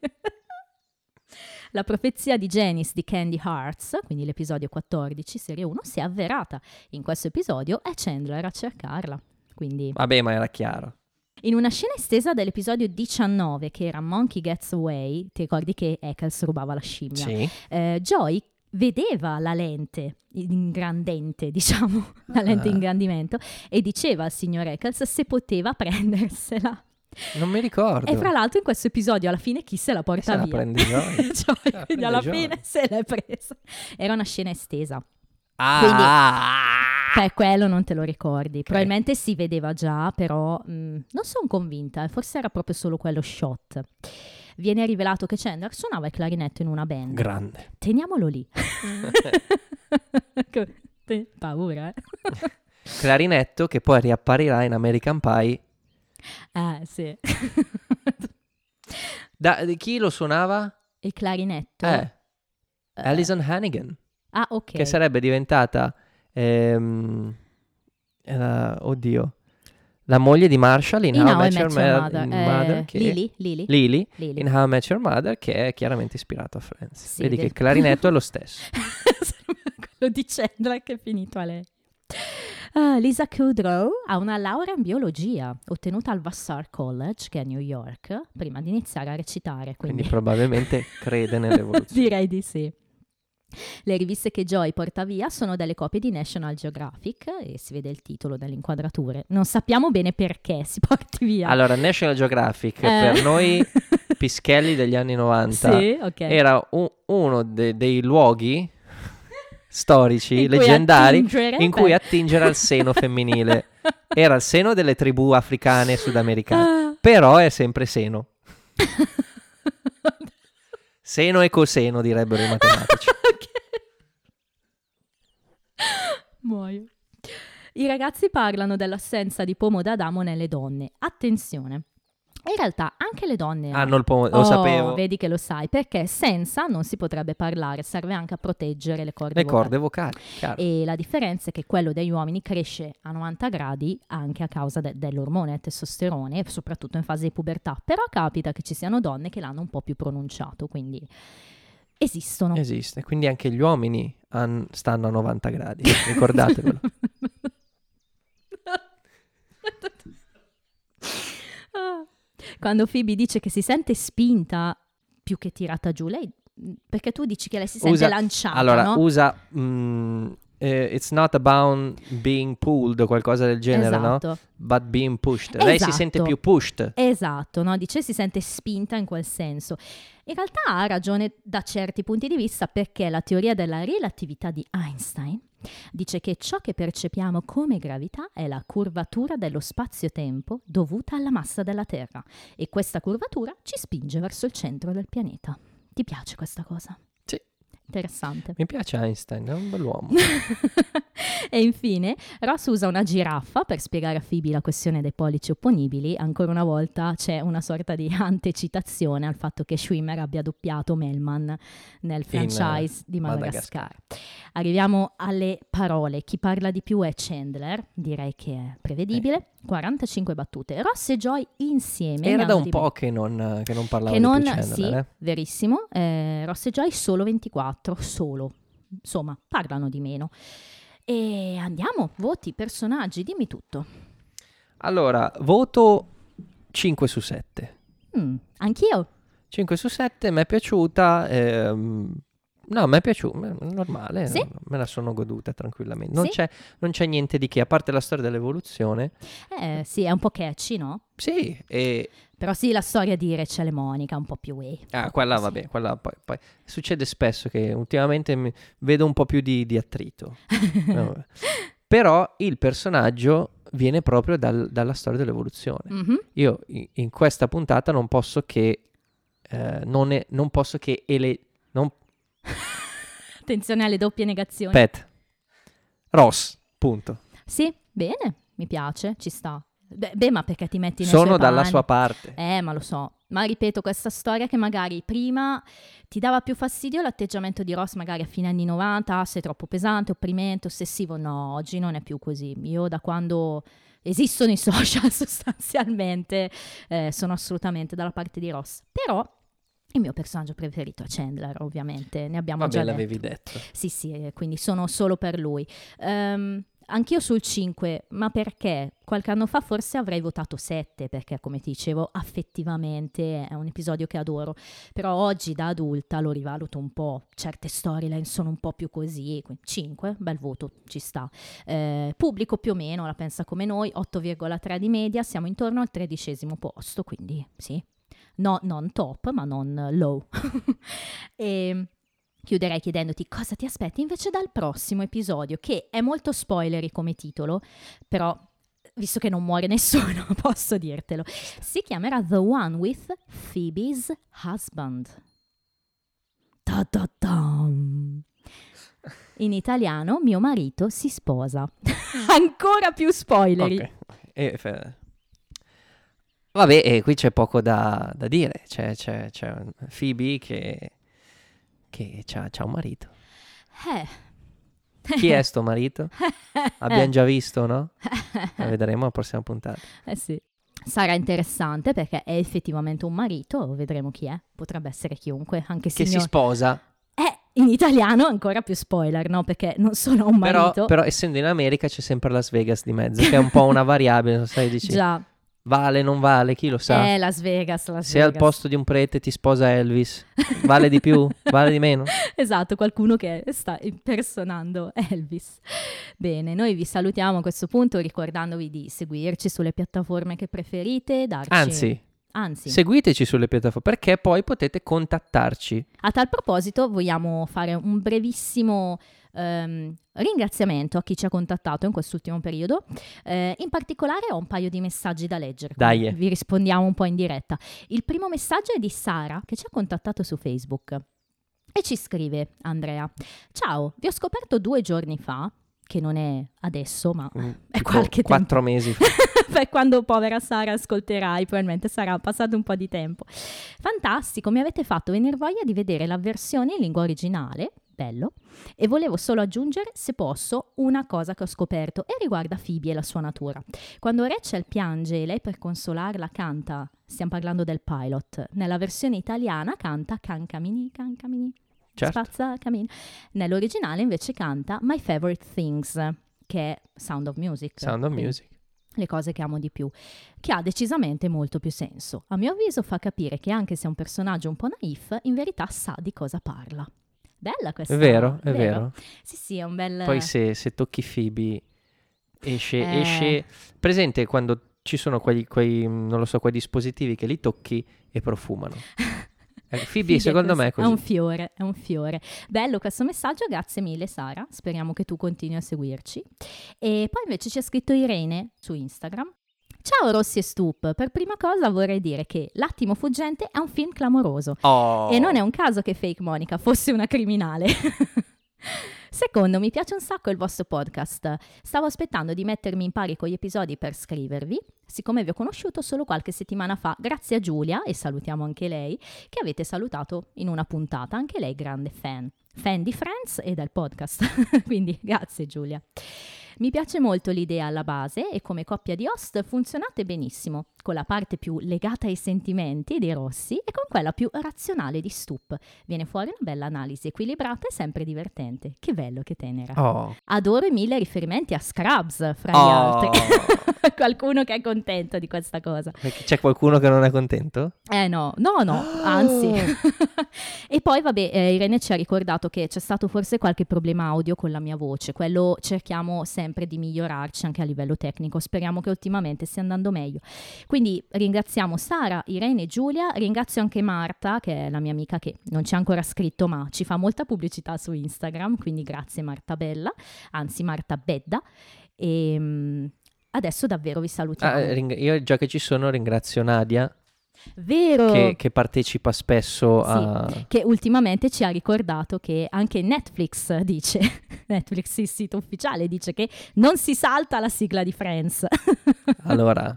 S2: La profezia di Janice di Candy Hearts, quindi l'episodio quattordici, serie uno, si è avverata. In questo episodio è Chandler a cercarla. Quindi,
S1: Vabbè, ma era chiaro.
S2: in una scena estesa dell'episodio diciannove, che era Monkey Gets Away, ti ricordi che Eccles rubava la scimmia?
S1: Sì.
S2: Eh, Joy vedeva la lente ingrandente, diciamo, la lente
S1: Ah.
S2: ingrandimento, e diceva al signor Eccles se poteva prendersela.
S1: Non mi ricordo.
S2: E fra l'altro in questo episodio alla fine chi se la
S1: E
S2: porta
S1: se la
S2: via?
S1: prende Joy.
S2: Joy,
S1: Se la
S2: quindi
S1: prende
S2: alla
S1: Joy.
S2: fine se l'è presa. Era una scena estesa.
S1: Ah!
S2: Per quello non te lo ricordi. Probabilmente si vedeva già, però mh, non sono convinta. Forse era proprio solo quello shot. Viene rivelato che Chandler suonava il clarinetto in una band.
S1: Grande.
S2: Teniamolo lì. Te- Paura, eh?
S1: Clarinetto che poi riapparirà in American Pie.
S2: Ah, sì.
S1: Da, di chi lo suonava?
S2: Il clarinetto.
S1: Eh, Alison Hannigan,
S2: Ah, ok.
S1: che sarebbe diventata, ehm, era- oddio, la moglie di Marshall in,
S2: In
S1: How I Met Your,
S2: Your
S1: Ma-
S2: Mother.
S1: in
S2: eh,
S1: Mother, che-
S2: Lily, Lily.
S1: Lily,
S2: Lily.
S1: in How I Met Your Mother, che è chiaramente ispirato a Friends.
S2: Sì,
S1: Vedi che
S2: vedi.
S1: il clarinetto è lo stesso.
S2: Quello di Chandler che è finito a lei. Ah, Lisa Kudrow ha una laurea in biologia ottenuta al Vassar College, che è a New York, prima di iniziare a recitare.
S1: Quindi
S2: Quindi,
S1: probabilmente crede nell'evoluzione.
S2: direi di sì. Le riviste che Joy porta via sono delle copie di National Geographic e si vede il titolo dalle inquadrature. Non sappiamo bene perché si porti via.
S1: Allora, National Geographic,
S2: Eh.
S1: per noi pischelli degli anni novanta,
S2: Sì, ok.
S1: era u- uno de- dei luoghi storici,
S2: In cui
S1: leggendari,
S2: attingere,
S1: in cui
S2: beh.
S1: attingere al seno femminile. Era il seno delle tribù africane e sudamericane,
S2: Ah.
S1: però è sempre seno. Seno e coseno, direbbero i matematici.
S2: Ok. Muoio. I ragazzi parlano dell'assenza di pomo d'Adamo nelle donne. Attenzione. In realtà anche le donne
S1: Hanno il pomo, lo
S2: Oh,
S1: sapevo.
S2: Vedi che lo sai, perché senza non si potrebbe parlare, serve anche a proteggere le corde
S1: Le
S2: vocali.
S1: corde vocali, chiaro.
S2: E la differenza è che quello degli uomini cresce a novanta gradi anche a causa de- dell'ormone testosterone e soprattutto in fase di pubertà. Però capita che ci siano donne che l'hanno un po' più pronunciato, quindi esistono.
S1: Esiste, quindi anche gli uomini han- stanno a novanta gradi, ricordatevelo.
S2: Ah. Quando Phoebe dice che si sente spinta più che tirata giù, lei, perché tu dici che lei si sente
S1: Usa-
S2: lanciata,
S1: Allora,
S2: no?
S1: usa mm, eh, it's not about being pulled o qualcosa del genere, no?
S2: Esatto.
S1: But being pushed. Lei si
S2: Esatto.
S1: sente più pushed.
S2: Esatto, no? Dice si sente spinta in quel senso. In realtà ha ragione da certi punti di vista perché la teoria della relatività di Einstein Dice che ciò che percepiamo come gravità è la curvatura dello spazio-tempo dovuta alla massa della Terra e questa curvatura ci spinge verso il centro del pianeta. Ti piace questa cosa?
S1: Sì.
S2: Interessante.
S1: Mi piace Einstein, è un bell'uomo.
S2: E infine, Ross usa una giraffa per spiegare a Phoebe la questione dei pollici opponibili. Ancora una volta c'è una sorta di antecitazione al fatto che Schwimmer abbia doppiato Melman nel franchise
S1: In,
S2: di
S1: uh,
S2: Madagascar.
S1: Madagascar.
S2: Arriviamo alle parole. Chi parla di più è Chandler, direi che è prevedibile. quarantacinque battute. Ross e Joy insieme.
S1: Era
S2: ne
S1: da
S2: hanno
S1: un
S2: di-
S1: po' che non, che non parlava
S2: che
S1: di
S2: non,
S1: più Chandler,
S2: sì,
S1: eh.
S2: verissimo. Eh, Ross e Joy solo ventiquattro, solo. Insomma, parlano di meno. E andiamo, voti, personaggi, dimmi tutto.
S1: Allora, voto cinque su sette.
S2: Mm, anch'io.
S1: cinque su sette, mi è piaciuta. ehm, no, mi è piaciuta, è normale,
S2: Sì?
S1: me la sono goduta tranquillamente. Non,
S2: Sì?
S1: c'è, non c'è niente di che, a parte la storia dell'evoluzione.
S2: Eh, sì, è un po' catchy, no?
S1: Sì, e
S2: Però sì, la storia di Rachel e Monica, un po' più eh.
S1: ah, quella
S2: Sì.
S1: vabbè, quella poi, poi succede spesso che ultimamente mi- vedo un po' più di, di attrito. No, vabbè. Però il personaggio viene proprio dal- dalla storia dell'evoluzione.
S2: Mhm.
S1: Io in, in questa puntata non posso che eh, non, è- non posso che ele- non
S2: Attenzione alle doppie negazioni.
S1: Pet Ross, punto.
S2: Sì, bene, mi piace, ci sta. Beh, beh, ma perché ti metti nei
S1: Sono
S2: suoi
S1: dalla
S2: panni?
S1: sua parte.
S2: Eh, ma lo so. Ma ripeto, questa storia che magari prima ti dava più fastidio l'atteggiamento di Ross magari a fine anni novanta, ah, sei troppo pesante, opprimente, ossessivo. No, oggi non è più così. Io da quando esistono i social sostanzialmente eh, sono assolutamente dalla parte di Ross. Però il mio personaggio preferito è Chandler, ovviamente, ne abbiamo
S1: Vabbè,
S2: già detto.
S1: l'avevi detto.
S2: Sì, sì, eh, quindi sono solo per lui. Ehm, anch'io sul cinque, ma perché? Qualche anno fa forse avrei votato sette, perché come ti dicevo, affettivamente è un episodio che adoro. Però oggi da adulta lo rivaluto un po', certe storyline sono un po' più così, quindi cinque, bel voto, ci sta. Eh, pubblico più o meno la pensa come noi, otto virgola tre di media, siamo intorno al tredicesimo posto, quindi sì. No, non top, ma non low. E chiuderei chiedendoti cosa ti aspetti invece dal prossimo episodio, che è molto spoilery come titolo, però visto che non muore nessuno, posso dirtelo. Si chiamerà The One with Phoebe's Husband. Ta-ta-tam. In italiano, mio marito si sposa. Ancora più spoilery.
S1: Ok. E, fe- Vabbè, e qui c'è poco da, da dire. C'è, c'è, c'è un- Phoebe che, che c'ha, c'ha un marito.
S2: Eh.
S1: Chi è sto marito? Abbiamo già visto, no? Lo vedremo alla prossima puntata.
S2: Eh sì. Sarà interessante perché è effettivamente un marito, vedremo chi è. Potrebbe essere chiunque, anche
S1: Che si
S2: signor...
S1: sposa.
S2: Eh, in italiano ancora più spoiler, no? Perché non solo un
S1: Però,
S2: marito.
S1: però essendo in America c'è sempre Las Vegas di mezzo, che è un po' una variabile, non sai, dici
S2: Già,
S1: vale, non vale, chi lo sa.
S2: è Las Vegas, Las
S1: Se al
S2: Vegas.
S1: posto di un prete ti sposa Elvis, vale di più? Vale di meno?
S2: Esatto, qualcuno che sta impersonando Elvis. Bene, noi vi salutiamo a questo punto ricordandovi di seguirci sulle piattaforme che preferite, darci...
S1: Anzi,
S2: Anzi,
S1: seguiteci sulle piattaforme perché poi potete contattarci.
S2: a tal proposito vogliamo fare un brevissimo ehm, ringraziamento a chi ci ha contattato in quest'ultimo periodo. Eh, in particolare ho un paio di messaggi da leggere.
S1: Dai.
S2: quindi vi rispondiamo un po' in diretta. Il primo messaggio è di Sara che ci ha contattato su Facebook e ci scrive: Andrea, ciao, vi ho scoperto due giorni fa, che non è adesso ma
S1: Mm,
S2: è
S1: tipo
S2: qualche tempo.
S1: quattro mesi fa.
S2: Per quando povera Sara ascolterai, probabilmente sarà passato un po' di tempo. Fantastico, mi avete fatto venire voglia di vedere la versione in lingua originale, bello, e volevo solo aggiungere, se posso, una cosa che ho scoperto e riguarda Phoebe e la sua natura. Quando Rachel piange e lei per consolarla canta, stiamo parlando del pilot, nella versione italiana canta Can Camini, Can Camini,
S1: Certo.
S2: Spazza Camini. Nell'originale invece canta My Favorite Things, che è Sound of Music.
S1: Sound of
S2: quindi
S1: Music.
S2: le cose che amo di più, che ha decisamente molto più senso. A mio avviso fa capire che anche se è un personaggio un po' naif, in verità sa di cosa parla. Bella questa.
S1: È vero, è vero.
S2: Sì, sì, è un bel...
S1: Poi se, se tocchi Phoebe esce,
S2: Eh.
S1: esce... Presente quando ci sono quei, quei, non lo so, quei dispositivi che li tocchi e profumano. Eh, Phoebe,
S2: Phoebe è
S1: secondo me è
S2: È
S1: così.
S2: un fiore, è un fiore. Bello questo messaggio, grazie mille Sara, speriamo che tu continui a seguirci. E poi invece ci ha scritto Irene su Instagram. Ciao Rossi e Stup, per prima cosa vorrei dire che L'attimo fuggente è un film clamoroso
S1: Oh.
S2: e non è un caso che Fake Monica fosse una criminale. Secondo, mi piace un sacco il vostro podcast. Stavo aspettando di mettermi in pari con gli episodi per scrivervi, siccome vi ho conosciuto solo qualche settimana fa, grazie a Giulia, e salutiamo anche lei, che avete salutato in una puntata, anche lei grande fan. Fan di Friends e del podcast, quindi grazie Giulia. Mi piace molto l'idea alla base e come coppia di host funzionate benissimo, con la parte più legata ai sentimenti dei Rossi e con quella più razionale di Stup. Viene fuori una bella analisi equilibrata e sempre divertente. Che bello, che tenera.
S1: Oh.
S2: Adoro i mille riferimenti a Scrubs, fra gli
S1: Oh.
S2: altri. Qualcuno che è contento di questa cosa.
S1: Perché c'è qualcuno che non è contento?
S2: Eh no, no, no, anzi. E poi vabbè, eh, Irene ci ha ricordato che c'è stato forse qualche problema audio con la mia voce, quello cerchiamo sempre di migliorarci anche a livello tecnico, speriamo che ultimamente stia andando meglio. Quindi ringraziamo Sara, Irene e Giulia, ringrazio anche Marta, che è la mia amica che non ci ha ancora scritto ma ci fa molta pubblicità su Instagram, quindi grazie Marta Bella, anzi Marta Bedda. E mm, adesso davvero vi salutiamo.
S1: Ah, ring- io già che ci sono ringrazio Nadia
S2: Vero!
S1: che, che partecipa spesso a...
S2: Sì, che ultimamente ci ha ricordato che anche Netflix dice, Netflix, il sito ufficiale, dice che non si salta la sigla di Friends.
S1: Allora,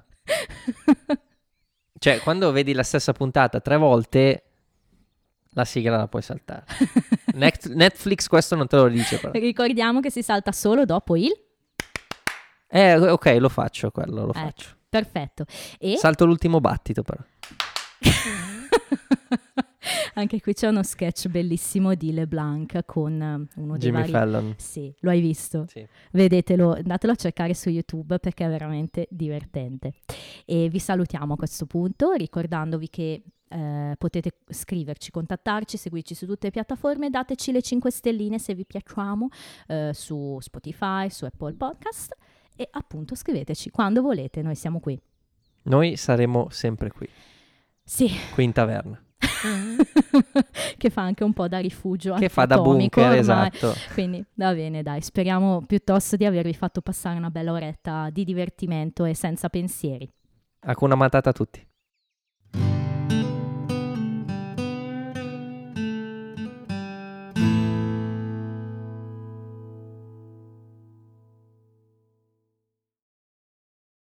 S1: cioè quando vedi la stessa puntata tre volte, la sigla la puoi saltare. Net- Netflix questo non te lo dice però.
S2: Ricordiamo che si salta solo dopo il...
S1: Eh, ok, lo faccio quello, lo
S2: Ecco,
S1: faccio.
S2: perfetto. E
S1: Salto l'ultimo battito però.
S2: anche qui c'è uno sketch bellissimo di LeBlanc con eh, uno dei
S1: Jimmy
S2: vari...
S1: Fallon.
S2: Sì, lo hai visto?
S1: Sì.
S2: Vedetelo, andatelo a cercare su YouTube perché è veramente divertente. E vi salutiamo a questo punto ricordandovi che eh, potete scriverci, contattarci, seguirci su tutte le piattaforme, dateci le cinque stelline se vi piacciamo eh, su Spotify, su Apple Podcast e appunto scriveteci quando volete, noi siamo qui.
S1: Noi saremo sempre qui,
S2: Sì,
S1: qui in taverna.
S2: che fa anche un po' da rifugio
S1: Che fa da
S2: anatomico
S1: bunker,
S2: ormai.
S1: esatto.
S2: Quindi va bene, dai, speriamo piuttosto di avervi fatto passare una bella oretta di divertimento e senza pensieri.
S1: Hakuna Matata a tutti.